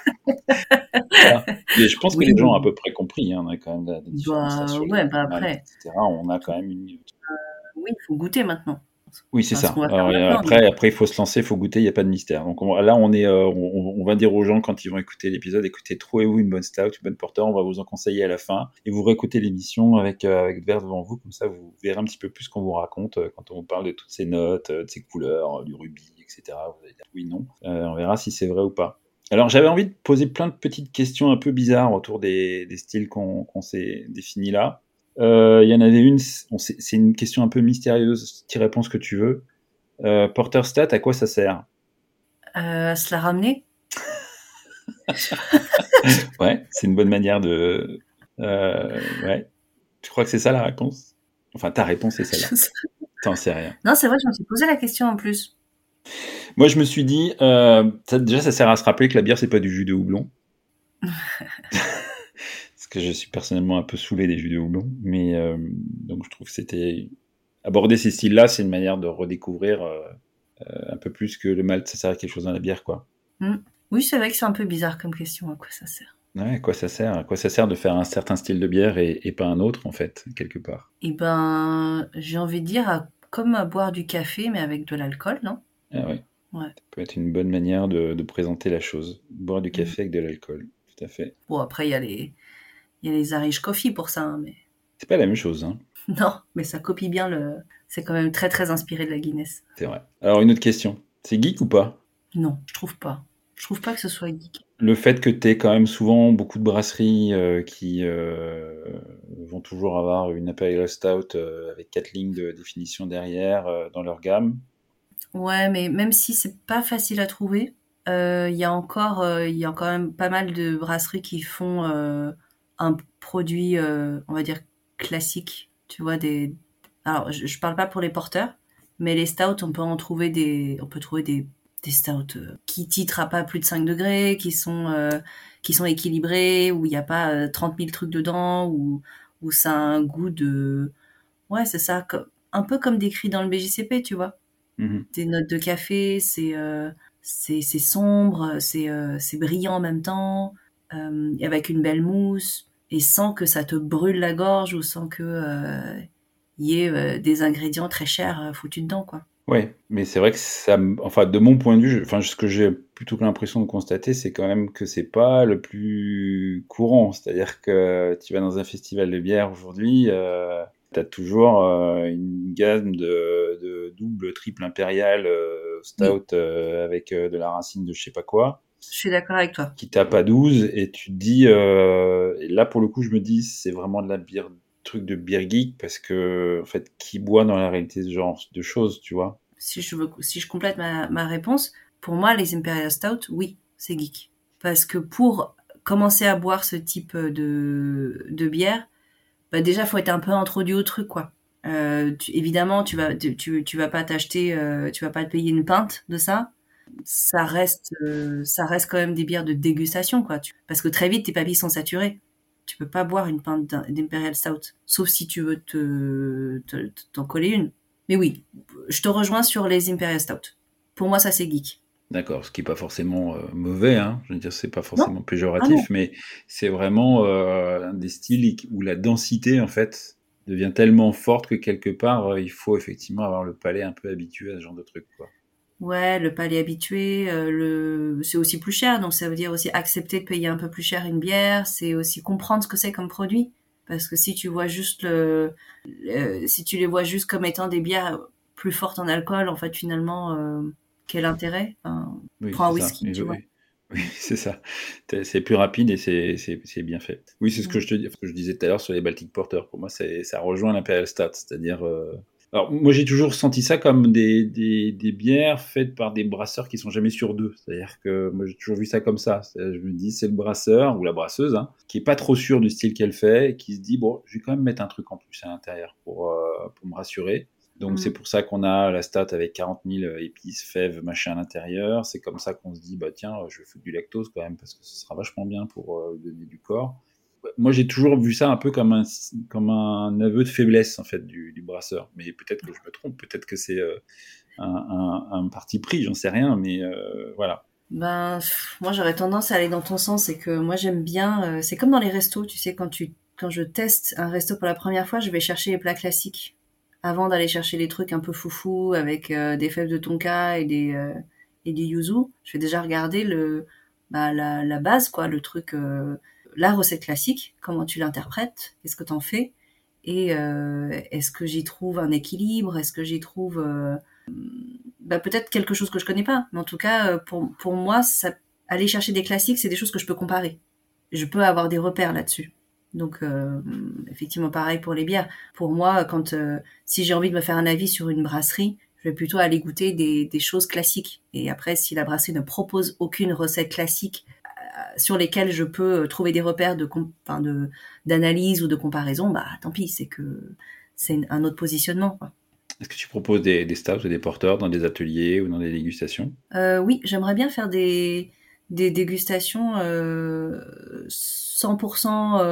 Voilà. Mais je pense que les gens ont à peu près compris. Hein, on a quand même des différenciations
Ouais, bah
maltes,
après.
etc. On a quand même une.
Oui, il faut goûter maintenant.
Oui, c'est
Enfin, ce
ça.
qu'on va faire
Alors,
maintenant.
après, il faut se lancer, il faut goûter, il n'y a pas de mystère. Donc là, on va dire aux gens quand ils vont écouter l'épisode, écoutez, trouvez-vous une bonne stout, une bonne porter, on va vous en conseiller à la fin. Et vous réécoutez l'émission avec le verre devant vous, comme ça, vous verrez un petit peu plus ce qu'on vous raconte quand on vous parle de toutes ces notes, de ces couleurs, du rubis, etc. Vous allez dire oui, non. On verra si c'est vrai ou pas. Alors, j'avais envie de poser plein de petites questions un peu bizarres autour des styles qu'on s'est définis là. Il y en avait une, c'est une question un peu mystérieuse, tu réponds ce que tu veux. Porter stat, à quoi ça sert?
À se la ramener?
Ouais, c'est une bonne manière de. Ouais. Tu crois que c'est ça la réponse? Enfin, ta réponse est celle-là. T'en sais rien.
Non, c'est vrai, je me suis posé la question en plus.
Moi, je me suis dit, déjà, ça sert à se rappeler que la bière, c'est pas du jus de houblon. Parce que je suis personnellement un peu saoulé des jus de houblon. Mais donc, je trouve que c'était. Aborder ces styles-là, c'est une manière de redécouvrir un peu plus que le malt, ça sert à quelque chose dans la bière, quoi.
Oui, c'est vrai que c'est un peu bizarre comme question. À quoi ça sert?
Ouais, à quoi ça sert? À quoi ça sert de faire un certain style de bière et pas un autre, en fait, quelque part?
Eh ben, j'ai envie de dire comme à boire du café, mais avec de l'alcool, non?
Ah ouais.
Ouais.
Ça peut être une bonne manière de présenter la chose. Boire du café avec de l'alcool, tout à fait.
Bon, après, il y a les Irish Coffee pour ça, hein, mais
C'est pas la même chose, hein.
non, mais ça copie bien c'est quand même très très inspiré de la Guinness.
C'est vrai. Alors, une autre question. C'est geek ou pas?
Non, je trouve pas. Je trouve pas que ce soit geek.
Le fait que tu aies quand même souvent beaucoup de brasseries qui vont toujours avoir une Imperial Stout avec 4 lignes de définition derrière dans leur gamme.
Ouais, mais même si c'est pas facile à trouver, il y a quand même pas mal de brasseries qui font un produit, on va dire classique. Tu vois Alors, je parle pas pour les porteurs, mais les stouts, on peut trouver des stouts qui titrent à pas plus de 5 degrés, qui sont équilibrés, où il y a pas 30 000 trucs dedans, où ça a un goût ouais, c'est ça, un peu comme décrit dans le BJCP, tu vois,
Mhm.
des notes de café, c'est sombre, c'est brillant en même temps, avec une belle mousse, et sans que ça te brûle la gorge ou sans que y ait des ingrédients très chers foutus dedans, quoi.
Ouais, mais c'est vrai que enfin, de mon point de vue, enfin, ce que j'ai plutôt que l'impression de constater, c'est quand même que c'est pas le plus courant. C'est-à-dire que tu vas dans un festival de bière aujourd'hui, tu as toujours une gamme de double, triple impérial,
Oui,
stout avec de la racine de je sais pas quoi,
je suis d'accord avec toi.
qui tape à 12, et tu te dis, et là pour le coup, je me dis, c'est vraiment de la bière, truc de beer geek, parce que en fait, qui boit dans la réalité ce genre de choses, tu vois?
Si je complète ma réponse, pour moi, les Imperial Stout, oui, c'est geek. Parce que pour commencer à boire ce type de bière, bah déjà, faut être un peu introduit au truc, quoi. Évidemment, tu vas pas t'acheter, tu vas pas te payer une pinte de ça. Ça reste quand même des bières de dégustation, quoi. Parce que très vite, tes papilles sont saturées. Tu peux pas boire une pinte d'Imperial Stout, sauf si tu veux t'en coller une. Mais oui, je te rejoins sur les Imperial Stout. Pour moi, ça c'est geek.
D'accord, ce qui est pas forcément mauvais, hein. Je veux dire, c'est pas
Non?
forcément
Ah non.
péjoratif, mais c'est vraiment un des styles où la densité, en fait, devient tellement forte que quelque part, il faut effectivement avoir le palais un peu habitué à ce genre de truc, quoi.
Ouais, le palais habitué, c'est aussi plus cher, donc ça veut dire aussi accepter de payer un peu plus cher une bière, c'est aussi comprendre ce que c'est comme produit. Parce que si tu vois juste si tu les vois juste comme étant des bières plus fortes en alcool, en fait, finalement, quel intérêt? Enfin,
Oui,
prends un
c'est ça.
whisky, tu vois.
Oui, oui, c'est ça. C'est plus rapide et c'est bien fait. Oui, c'est
Mm.
ce que je disais tout à l'heure sur les Baltic Porter. Pour moi, ça rejoint l'Imperial Stout, c'est-à-dire. Alors, moi, j'ai toujours senti ça comme des bières faites par des brasseurs qui sont jamais sur deux. C'est-à-dire que moi, j'ai toujours vu ça comme ça. Je me dis, c'est le brasseur ou la brasseuse, hein, qui est pas trop sûr du style qu'elle fait et qui se dit, bon, je vais quand même mettre un truc en plus à l'intérieur pour me rassurer. Donc c'est
Mm.
pour ça qu'on a la stat avec 40 000 épices, fèves, machin à l'intérieur. C'est comme ça qu'on se dit, bah tiens, je vais foutre du lactose quand même parce que ce sera vachement bien pour donner du corps. Moi, j'ai toujours vu ça un peu comme un aveu de faiblesse en fait du brasseur. Mais peut-être que je me trompe, peut-être que c'est un parti pris, j'en sais rien. Mais voilà.
Ben, moi j'aurais tendance à aller dans ton sens, c'est que moi j'aime bien, c'est comme dans les restos, tu sais, quand je teste un resto pour la première fois, je vais chercher les plats classiques avant d'aller chercher les trucs un peu foufou avec des fèves de tonka et du yuzu. Je vais déjà regarder la base, quoi, le truc, la recette classique, comment tu l'interprètes, qu'est-ce que t'en fais, et est-ce que j'y trouve un équilibre, est-ce que j'y trouve bah, peut-être quelque chose que je connais pas, mais en tout cas, pour moi, aller chercher des classiques, c'est des choses que je peux comparer. Je peux avoir des repères là-dessus. Donc, effectivement, pareil pour les bières. Pour moi, si j'ai envie de me faire un avis sur une brasserie, je vais plutôt aller goûter des choses classiques. Et après, si la brasserie ne propose aucune recette classique sur lesquelles je peux trouver des repères d'analyse ou de comparaison, bah tant pis, c'est un autre positionnement, quoi.
Est-ce que tu proposes des stouts ou des porteurs dans des ateliers ou dans des dégustations?
Oui, j'aimerais bien faire des dégustations 100%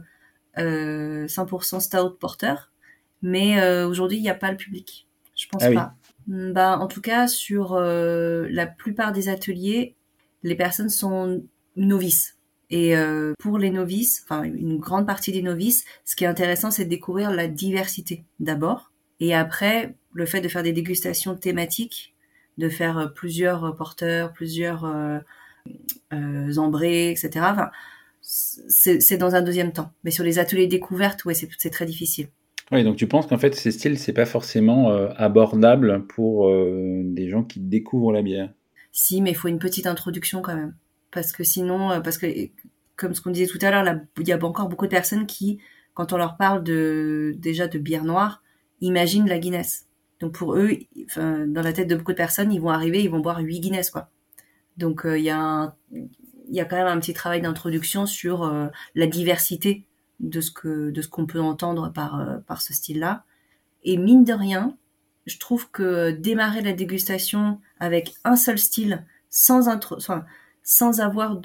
100% stout porter, mais aujourd'hui il n'y a pas le public. Je pense
Ah oui.
pas. Bah, en tout cas, sur la plupart des ateliers, les personnes sont novices. Et pour les novices, enfin une grande partie des novices, ce qui est intéressant, c'est de découvrir la diversité d'abord, et après le fait de faire des dégustations thématiques, de faire plusieurs porteurs, plusieurs ambrés, etc. Enfin, c'est dans un deuxième temps. Mais sur les ateliers découvertes, ouais, c'est très difficile.
Oui, donc tu penses qu'en fait, ces styles, c'est pas forcément abordable pour des gens qui découvrent la bière.
Si, mais il faut une petite introduction quand même. Parce que sinon, parce que comme ce qu'on disait tout à l'heure, là, il y a encore beaucoup de personnes qui quand on leur parle déjà de bière noire, imagine la Guinness. Donc pour eux, enfin, dans la tête de beaucoup de personnes, ils vont arriver, ils vont boire 8 Guinness, quoi. Donc il y a quand même un petit travail d'introduction sur la diversité de ce qu'on peut entendre par ce style-là. Et mine de rien, je trouve que démarrer la dégustation avec un seul style, sans avoir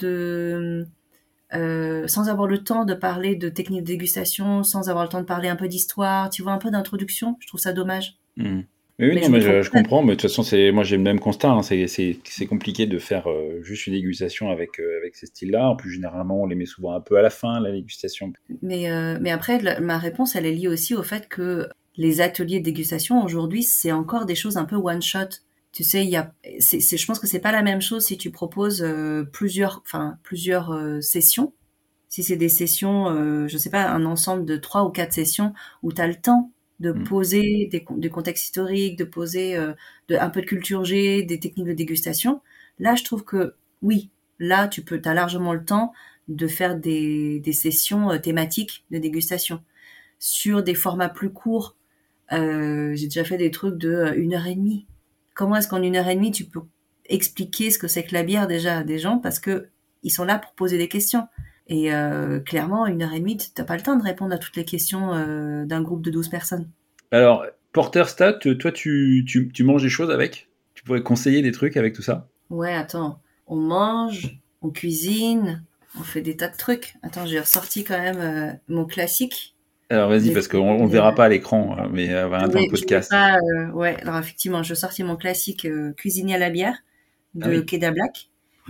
sans avoir le temps de parler de technique de dégustation, sans avoir le temps de parler un peu d'histoire, tu vois, un peu d'introduction, je trouve ça dommage.
Hmm. Oui,
Mais
non,
je me
mais
trompe
je
peut-être.
comprends, mais de toute façon, moi j'ai le même constat, hein. C'est compliqué de faire juste une dégustation avec ces styles-là. En plus, généralement, on les met souvent un peu à la fin, la dégustation.
Mais après, ma réponse, elle est liée aussi au fait que les ateliers de dégustation, aujourd'hui, c'est encore des choses un peu one-shot. Tu sais, je pense que c'est pas la même chose si tu proposes plusieurs sessions. Si c'est des sessions, je sais pas, un ensemble de 3 ou 4 sessions où tu as le temps de
Hmm.
poser du contexte historique, de poser un peu de culture G, des techniques de dégustation. Là, je trouve que oui, là, t'as largement le temps de faire des sessions thématiques de dégustation. Sur des formats plus courts, j'ai déjà fait des trucs de 1 heure et demie. Comment est-ce qu'en 1 heure et demie, tu peux expliquer ce que c'est que la bière déjà à des gens parce que ils sont là pour poser des questions. Et clairement, 1 heure et demie, t'as pas le temps de répondre à toutes les questions d'un groupe de 12 personnes.
Alors, Porter Stat, toi, tu manges des choses avec? Tu pourrais conseiller des trucs avec tout ça?
Ouais, attends, on mange, on cuisine, on fait des tas de trucs. Attends, j'ai ressorti quand même mon classique.
Alors, vas-y,
J'ai
parce
fait,
qu'on le verra pas à l'écran, mais voilà, dans le
je vais
podcast.
pas. Ouais, alors effectivement, je sortis mon classique cuisinier à la bière
Ah
de
oui.
Keda Black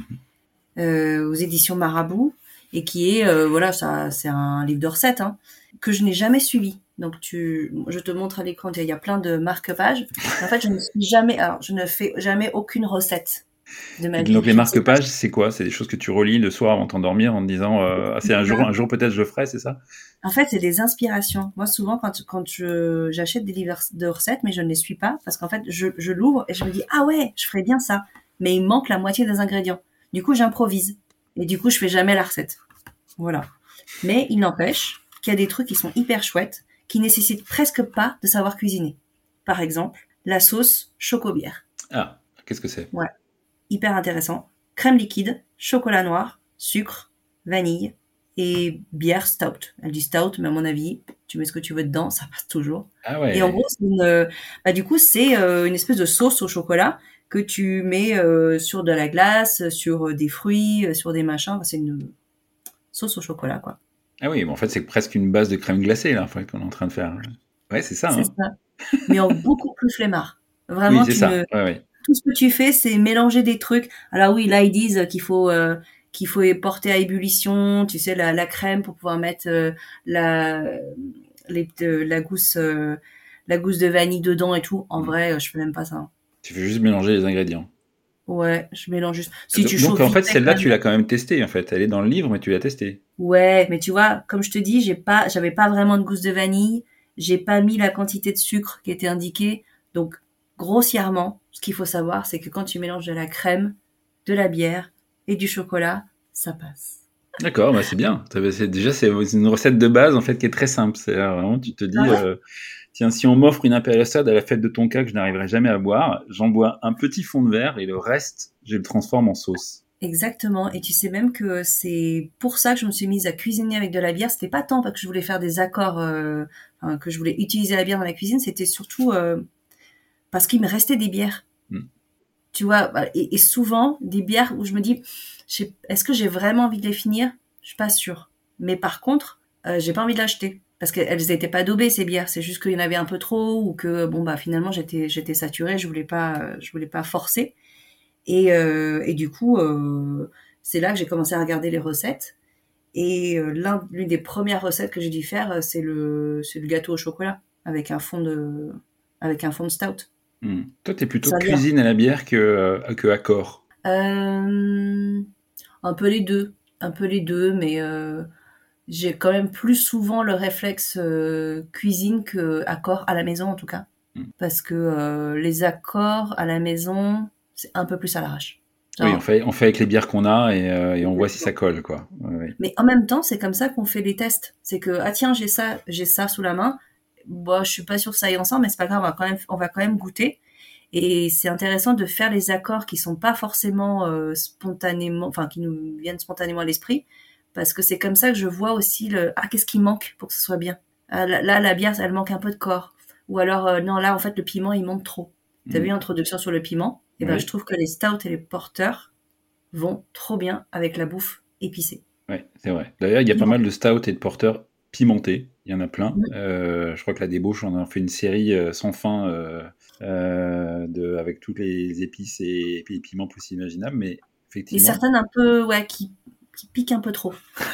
aux éditions Marabout et qui est voilà, ça, c'est un livre de recettes que je n'ai jamais suivi. Donc je te montre à l'écran, il y a plein de marque-pages. En fait, je ne fais jamais aucune recette de
Et
ma
donc,
vie.
les
Je ne sais pas.
marque-pages, c'est quoi? C'est des choses que tu relis le soir avant de t'endormir en te disant, ah, c'est un jour peut-être je le ferai, c'est ça?
En fait, c'est des inspirations. Moi, souvent, j'achète des livres de recettes, mais je ne les suis pas parce qu'en fait, je l'ouvre et je me dis, ah ouais, je ferais bien ça. Mais il me manque la moitié des ingrédients. Du coup, j'improvise. Et du coup, je fais jamais la recette. Voilà. Mais il n'empêche qu'il y a des trucs qui sont hyper chouettes, qui nécessitent presque pas de savoir cuisiner. Par exemple, la sauce chocobière.
Ah, qu'est-ce que c'est?
Ouais, hyper intéressant. Crème liquide, chocolat noir, sucre, vanille et bière stout. Elle dit stout, mais à mon avis, tu mets ce que tu veux dedans, ça passe toujours.
Ah
Et en
ouais.
gros, du coup, c'est une espèce de sauce au chocolat que tu mets sur de la glace, sur des fruits, sur des machins. Enfin, c'est une sauce au chocolat, quoi.
Ah oui, mais en fait, c'est presque une base de crème glacée, là, enfin, qu'on est en train de faire. Ouais, c'est ça,
C'est
hein?
ça. Mais en beaucoup plus flemmard.
Oui,
Vraiment,
c'est ça. Ouais, ouais.
tout ce que tu fais, c'est mélanger des trucs. Alors oui, là, ils disent qu'il faut porter à ébullition, tu sais, la crème pour pouvoir mettre la, la gousse de vanille dedans et tout. En
Mm.
vrai, je fais même pas ça, hein.
Tu fais juste mélanger les ingrédients.
Ouais, je mélange juste. Si tu
Donc,
chauffes
en
vite
fait,
fait
celle-là,
quand
tu
même.
l'as quand même testée, en fait. Elle est dans le livre, mais tu l'as testée.
Ouais, mais tu vois, comme je te dis, j'avais pas vraiment de gousse de vanille. J'ai pas mis la quantité de sucre qui était indiquée. Donc, grossièrement, ce qu'il faut savoir, c'est que quand tu mélanges de la crème, de la bière et du chocolat, ça passe.
D'accord, bah c'est bien. C'est une recette de base, en fait, qui est très simple. C'est vraiment, tu te
Ah
dis,
ouais?
tiens, si on m'offre une Imperial Stout à la fête de ton cas que je n'arriverai jamais à boire, j'en bois un petit fond de verre et le reste, je le transforme en sauce.
Exactement. Et tu sais même que c'est pour ça que je me suis mise à cuisiner avec de la bière. C'était pas tant parce que je voulais faire des accords, que je voulais utiliser la bière dans la cuisine. C'était surtout parce qu'il me restait des bières.
Mm.
Tu vois, bah, et souvent des bières où je me dis, est-ce que j'ai vraiment envie de les finir? Je suis pas sûre. Mais par contre, j'ai pas envie de l'acheter parce qu'elles n'étaient pas adobées ces bières. C'est juste qu'il y en avait un peu trop ou que bon bah finalement j'étais saturée. Je voulais pas forcer. Et du coup, c'est là que j'ai commencé à regarder les recettes. Et l'une des premières recettes que j'ai dû faire, c'est le gâteau au chocolat avec un fond de stout.
Mm. Toi, t'es plutôt
Ça vient.
cuisine à la bière que accord.
Euh, un peu les deux, un peu les deux, mais j'ai quand même plus souvent le réflexe cuisine que accord à la maison en tout cas,
Mm.
parce que les accords à la maison, c'est un peu plus à l'arrache.
Oui,
Genre,
on fait avec les bières qu'on a et on voit si ça colle, quoi. Ouais, ouais.
mais en même temps, c'est comme ça qu'on fait les tests. C'est que, ah tiens, j'ai ça sous la main. Bon, je suis pas sûre que ça aille ensemble, mais c'est pas grave, on va quand même goûter. Et c'est intéressant de faire les accords qui sont pas forcément spontanément, enfin, qui nous viennent spontanément à l'esprit, parce que c'est comme ça que je vois aussi qu'est-ce qui manque pour que ce soit bien. Ah, là, la bière, elle manque un peu de corps. Ou alors, non, là, en fait, le piment, il monte trop. T'as vu
Mm.
l'introduction sur le piment? Eh ben, je
Oui,
trouve que les stouts et les porters vont trop bien avec la bouffe épicée.
ouais, c'est vrai. D'ailleurs, il y a pas mal de stout et de porters pimentés. Il y en a plein. Je crois que la débauche, on en a fait une série sans fin avec toutes les épices et les piments possibles imaginables. Mais
Et
effectivement,
certaines un peu, ouais, qui piquent un peu trop.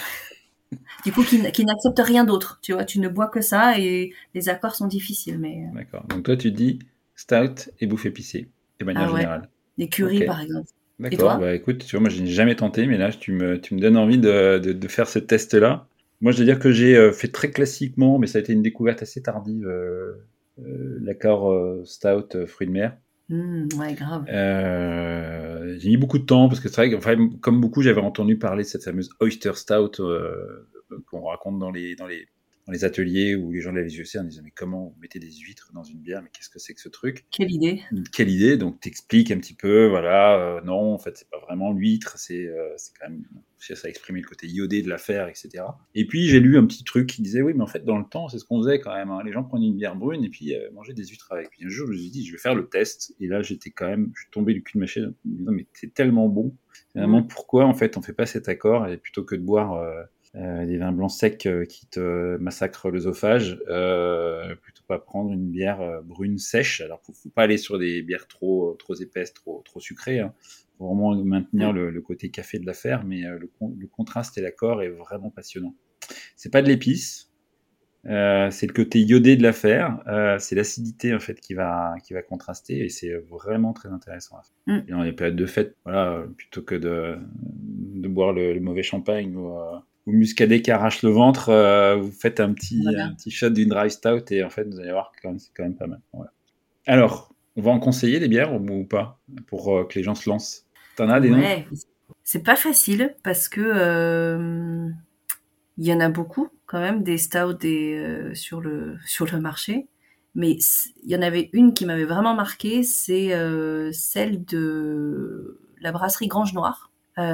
Du coup, qui n'acceptent rien d'autre. Tu vois, tu ne bois que ça et les accords sont difficiles. Mais
d'accord. Donc toi, tu dis stout et bouffe épicée, de manière
ah ouais,
générale.
les
Ok,
currys par exemple. Et
d'accord.
toi?
Bah écoute, tu vois, moi, je n'ai jamais tenté, mais là, tu me donnes envie de faire ce test-là. Moi, je veux dire que j'ai fait très classiquement, mais ça a été une découverte assez tardive, l'accord stout fruits de mer.
Ouais, grave.
J'ai mis beaucoup de temps parce que c'est vrai que, enfin, comme beaucoup, j'avais entendu parler de cette fameuse oyster stout qu'on raconte dans les ateliers où les gens lèvent les yeux au ciel en disant mais comment vous mettez des huîtres dans une bière, mais qu'est-ce que c'est que ce truc?
Quelle idée.
Quelle idée? Donc t'expliques un petit peu, voilà, non, en fait c'est pas vraiment l'huître, c'est quand même ça exprimer le côté iodé de l'affaire, etc. Et puis j'ai lu un petit truc qui disait oui, mais en fait dans le temps c'est ce qu'on faisait quand même, hein. Les gens prenaient une bière brune et puis mangeaient des huîtres avec. Puis un jour je me suis dit je vais faire le test et là je suis tombé du cul de ma chaise en me disant mais c'est tellement bon, c'est vraiment
Mm.
pourquoi en fait on fait pas cet accord et plutôt que de boire des vins blancs secs qui te massacrent l'œsophage, plutôt pas prendre une bière brune sèche. Alors, faut pas aller sur des bières trop épaisses, trop sucrées. Hein. Faut vraiment maintenir
Mm.
le côté café de l'affaire, mais le contraste et l'accord est vraiment passionnant. C'est pas de l'épice, c'est le côté iodé de l'affaire, c'est l'acidité en fait qui va contraster et c'est vraiment très intéressant.
Mm.
Et dans les périodes de fête, voilà, plutôt que de boire le mauvais champagne ou le muscadet qui arrache le ventre, vous faites
Voilà.
un petit shot d'une dry stout et en fait vous allez voir que c'est quand même pas mal. Voilà. Alors, on va en conseiller des bières ou pas pour que les gens se lancent. T'en as des noms?
Ouais, c'est pas facile parce que il y en a beaucoup quand même des stouts sur le marché. Mais il y en avait une qui m'avait vraiment marqué, c'est celle de la brasserie Grange Noire.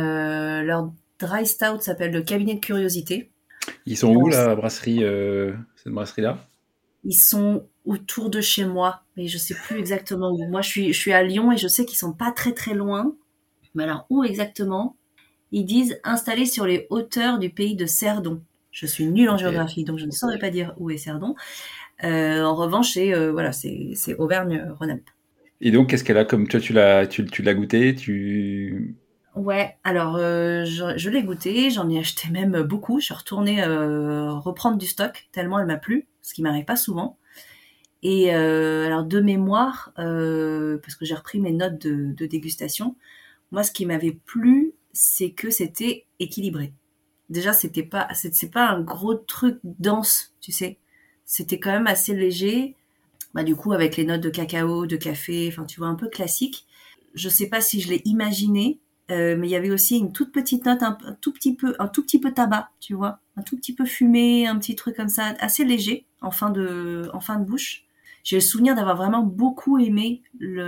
Leur dry stout s'appelle le cabinet de curiosité.
Ils sont où
Bon,
la brasserie, cette brasserie-là?
ils sont autour de chez moi, mais je sais plus exactement où. Moi, je suis à Lyon et je sais qu'ils sont pas très très loin. Mais alors, où exactement? Ils disent installés sur les hauteurs du pays de Cerdon. Je suis nulle en
Ok.
géographie, donc je ne saurais pas dire où est Cerdon. En revanche, voilà, c'est Auvergne-Rhône-Alpes.
Et donc, qu'est-ce qu'elle a comme toi, tu l'as goûté, tu.
Ouais, alors je l'ai goûté, j'en ai acheté même beaucoup. Je suis retournée reprendre du stock tellement elle m'a plu, ce qui m'arrive pas souvent. Et alors de mémoire, parce que j'ai repris mes notes de dégustation, moi ce qui m'avait plu, c'est que c'était équilibré. Déjà, c'est pas un gros truc dense, tu sais. C'était quand même assez léger. Bah, du coup, avec les notes de cacao, de café, enfin, tu vois, un peu classique. Je sais pas si je l'ai imaginé, mais il y avait aussi une toute petite note, un tout petit peu tabac, tu vois. Un tout petit peu fumé, un petit truc comme ça, assez léger, en fin de bouche. J'ai le souvenir d'avoir vraiment beaucoup aimé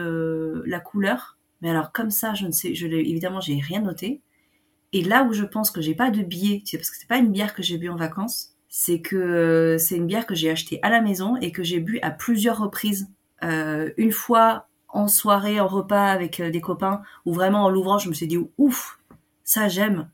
la couleur. Mais alors, comme ça, je ne sais, évidemment, j'ai rien noté. Et là où je pense que j'ai pas de biais, c'est parce que c'est pas une bière que j'ai bu en vacances, c'est que c'est une bière que j'ai achetée à la maison et que j'ai bu à plusieurs reprises. Une fois en soirée, en repas avec des copains, où vraiment en l'ouvrant, je me suis dit ouf, ça j'aime,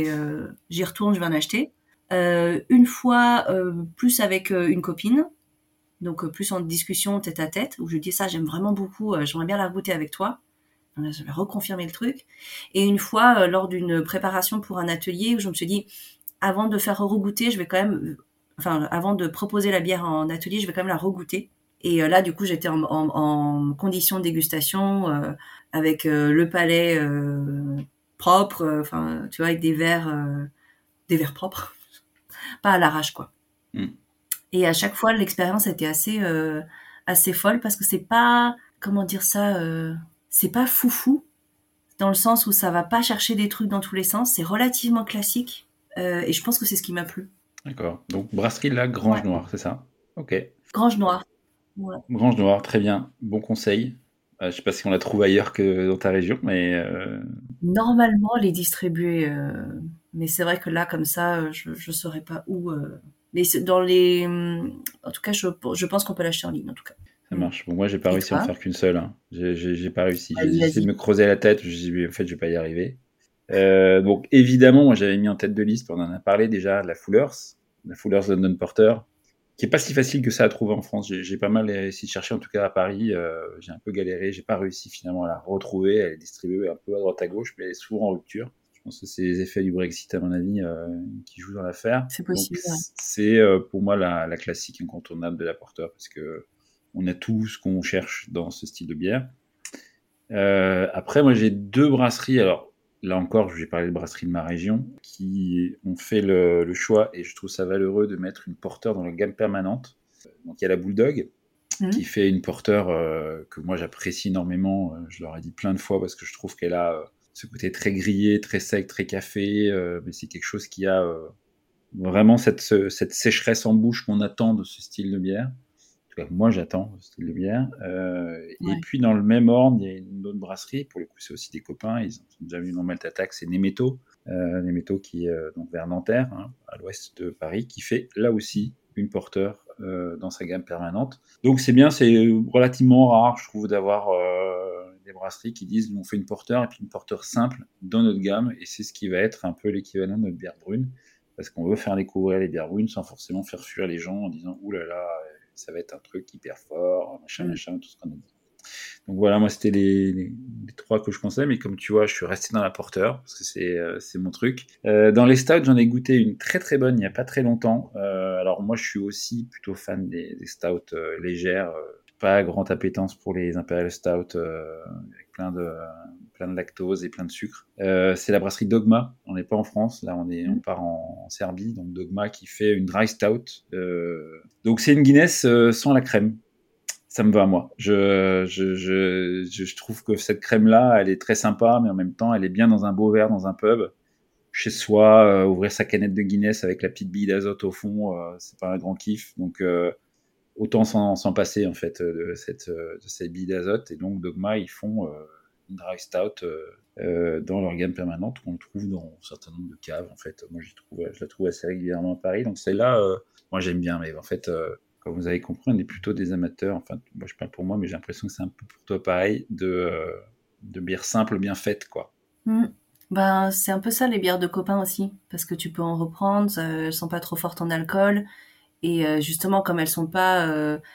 j'y retourne, je vais en acheter. Une fois plus avec une copine, donc plus en discussion tête à tête, où je dis ça j'aime vraiment beaucoup, j'aimerais bien la goûter avec toi. J'avais reconfirmé le truc. Et une fois, lors d'une préparation pour un atelier, où je me suis dit, avant de faire regoûter, je vais quand même, enfin, avant de proposer la bière en atelier, je vais quand même la regoûter. Et là, du coup, j'étais en condition de dégustation, avec le palais propre, enfin, tu vois, avec des verres propres, pas à l'arrache, quoi.
Hmm.
Et à chaque fois, l'expérience était assez folle parce que c'est pas, comment dire ça, c'est pas foufou, dans le sens où ça va pas chercher des trucs dans tous les sens. C'est relativement classique. Et je pense que c'est ce qui m'a plu.
D'accord. Donc, brasserie La
Ouais.
Grange Noire, c'est ça? Ok.
Grange Noire. Ouais.
Grange Noire, très bien. Bon conseil. Je sais pas si on la trouve ailleurs que dans ta région, mais
Normalement, les distribuer, mais c'est vrai que là, comme ça, je saurais pas où. Mais dans les, en tout cas, je pense qu'on peut l'acheter en ligne, en tout cas.
ça
Mm.
marche. Bon, moi, j'ai pas
Et
réussi à en
toi?
faire qu'une seule, hein. J'ai pas réussi. J'ai
Vas-y,
essayé de
vas-y.
me creuser la tête. Je me suis dit, en fait, je vais pas y arriver. Donc, évidemment, moi, j'avais mis en tête de liste, on en a parlé déjà, la Fuller's London Porter, qui est pas si facile que ça à trouver en France. J'ai pas mal essayé de chercher, en tout cas à Paris. J'ai un peu galéré. J'ai pas réussi finalement à la retrouver. Elle est distribuée un peu à droite à gauche, mais elle est souvent en rupture. Je pense que c'est les effets du Brexit, à mon avis, qui jouent dans l'affaire.
C'est
Donc,
possible, ouais.
c'est pour moi la classique incontournable de la Porter, parce que on a tout ce qu'on cherche dans ce style de bière. Après, moi, j'ai deux brasseries. Alors, là encore, je vais parler de brasseries de ma région qui ont fait le choix, et je trouve ça valeureux, de mettre une porteur dans la gamme permanente. Donc, il y a la Bulldog qui
Mhm.
fait une porteur que moi j'apprécie énormément. Je leur ai dit plein de fois parce que je trouve qu'elle a ce côté très grillé, très sec, très café, mais c'est quelque chose qui a vraiment cette sécheresse en bouche qu'on attend de ce style de bière. En tout cas, moi j'attends ce style de bière. Et
Ouais.
puis dans le même ordre, il y a une autre brasserie, pour le coup c'est aussi des copains, ils ont déjà vu mon Malt Attack, c'est Nemetto. Nemetto qui est donc vers Nanterre, hein, à l'ouest de Paris, qui fait là aussi une porteur dans sa gamme permanente. Donc c'est bien, c'est relativement rare, je trouve, d'avoir des brasseries qui disent on fait une porteur et puis une porteur simple dans notre gamme, et c'est ce qui va être un peu l'équivalent de notre bière brune, parce qu'on veut faire découvrir les bières brunes sans forcément faire fuir les gens en disant ouh là là, ça va être un truc hyper fort, machin,
Mm.
machin, tout ce qu'on a dit. Donc voilà, moi c'était les trois que je conseille, mais comme tu vois, je suis resté dans la porteur, parce que c'est mon truc. Dans les stouts, j'en ai goûté une très très bonne il n'y a pas très longtemps. Alors moi je suis aussi plutôt fan des stouts légères, pas grande appétence pour les Imperial Stout avec plein de lactose et plein de sucre. C'est la brasserie Dogma, on n'est pas en France, là on
Mm.
part en Serbie, donc Dogma qui fait une dry stout. Donc c'est une Guinness sans la crème. Ça me va, moi. Je trouve que cette crème-là, elle est très sympa, mais en même temps, elle est bien dans un beau verre, dans un pub. Chez soi, ouvrir sa canette de Guinness avec la petite bille d'azote au fond, c'est pas un grand kiff. Donc, autant s'en passer, en fait, de cette bille d'azote. Et donc, Dogma, ils font une dry stout dans leur gamme permanente qu'on trouve dans un certain nombre de caves. En fait, moi, je la trouve assez régulièrement à Paris. Donc, celle-là, moi, j'aime bien. Mais en fait, comme vous avez compris, on est plutôt des amateurs. Enfin, moi, je parle pour moi, mais j'ai l'impression que c'est un peu pour toi pareil, de bière simple, bien faite, quoi.
Mm. Ben, c'est un peu ça les bières de copains aussi, parce que tu peux en reprendre, elles sont pas trop fortes en alcool, et justement comme elles sont pas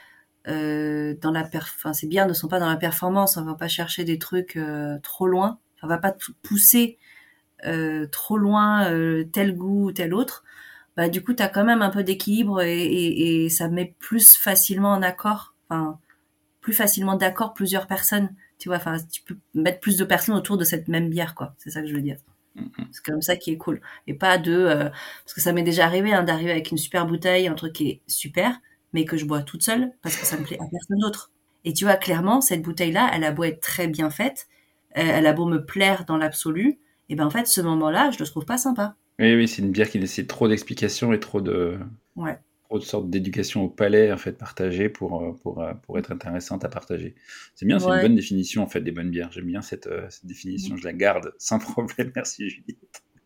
dans la enfin ces bières ne sont pas dans la performance, on va pas chercher des trucs trop loin, on va pas pousser trop loin tel goût ou tel autre. Bah du coup t'as quand même un peu d'équilibre et ça met plus facilement en accord, enfin plus facilement d'accord plusieurs personnes. Tu vois, enfin, tu peux mettre plus de personnes autour de cette même bière, quoi. C'est ça que je veux dire.
Mm-hmm.
C'est comme ça qui est cool. Et pas parce que ça m'est déjà arrivé, hein, d'arriver avec une super bouteille, un truc qui est super, mais que je bois toute seule parce que ça me plaît à personne d'autre. Et tu vois, clairement, cette bouteille-là, elle a beau être très bien faite, elle a beau me plaire dans l'absolu, et ben en fait, ce moment-là, je le trouve pas sympa.
Oui, oui, c'est une bière qui nécessite trop d'explications et
Ouais.
trop de sortes d'éducation au palais, en fait, partagée pour être intéressante à partager. C'est bien, c'est une
Ouais.
bonne définition, en fait, des bonnes bières. J'aime bien cette définition, je la garde sans problème. Merci, Julie.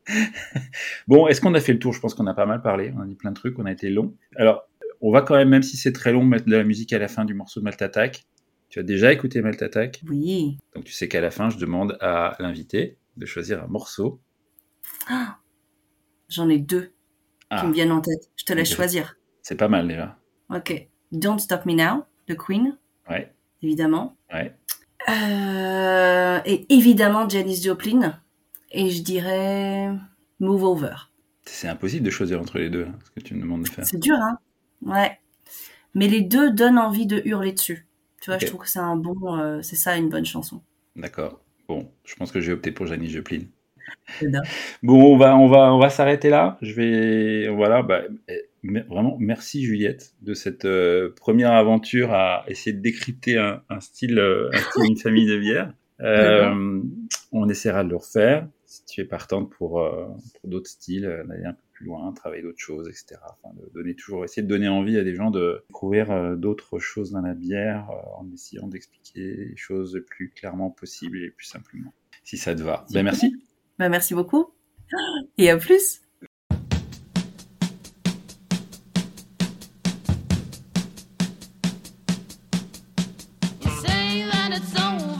Bon, est-ce qu'on a fait le tour? Je pense qu'on a pas mal parlé. On a dit plein de trucs, on a été long. Alors, on va quand même, même si c'est très long, mettre de la musique à la fin du morceau de Malt Attack. Tu as déjà écouté Malt Attack,
Oui.
donc tu sais qu'à la fin, je demande à l'invité de choisir un morceau.
Ah, j'en ai deux qui me
Ah,
viennent en tête. Je te
donc
laisse choisir.
c'est pas mal déjà.
Ok. Don't Stop Me Now, de Queen,
Ouais,
évidemment.
ouais.
Et évidemment Janis Joplin. Et je dirais Move Over.
C'est impossible de choisir entre les deux, ce que tu me demandes de faire.
C'est dur, hein? Ouais. Mais les deux donnent envie de hurler dessus. Tu vois,
Ok,
je trouve que c'est ça une bonne chanson.
d'accord. Bon, je pense que je vais opter pour Janis Joplin.
J'adore.
Bon, on va s'arrêter là. Voilà, bah, vraiment, merci Juliette de cette première aventure à essayer de décrypter un style, une famille de bières. On essaiera de le refaire. Si tu es partante pour d'autres styles, d'aller un peu plus loin, travailler d'autres choses, etc. Enfin, essayer de donner envie à des gens de découvrir d'autres choses dans la bière en essayant d'expliquer les choses le plus clairement possible et plus simplement. Si ça te va. Ben merci.
Ben merci beaucoup. Et à plus.
You say that it's over.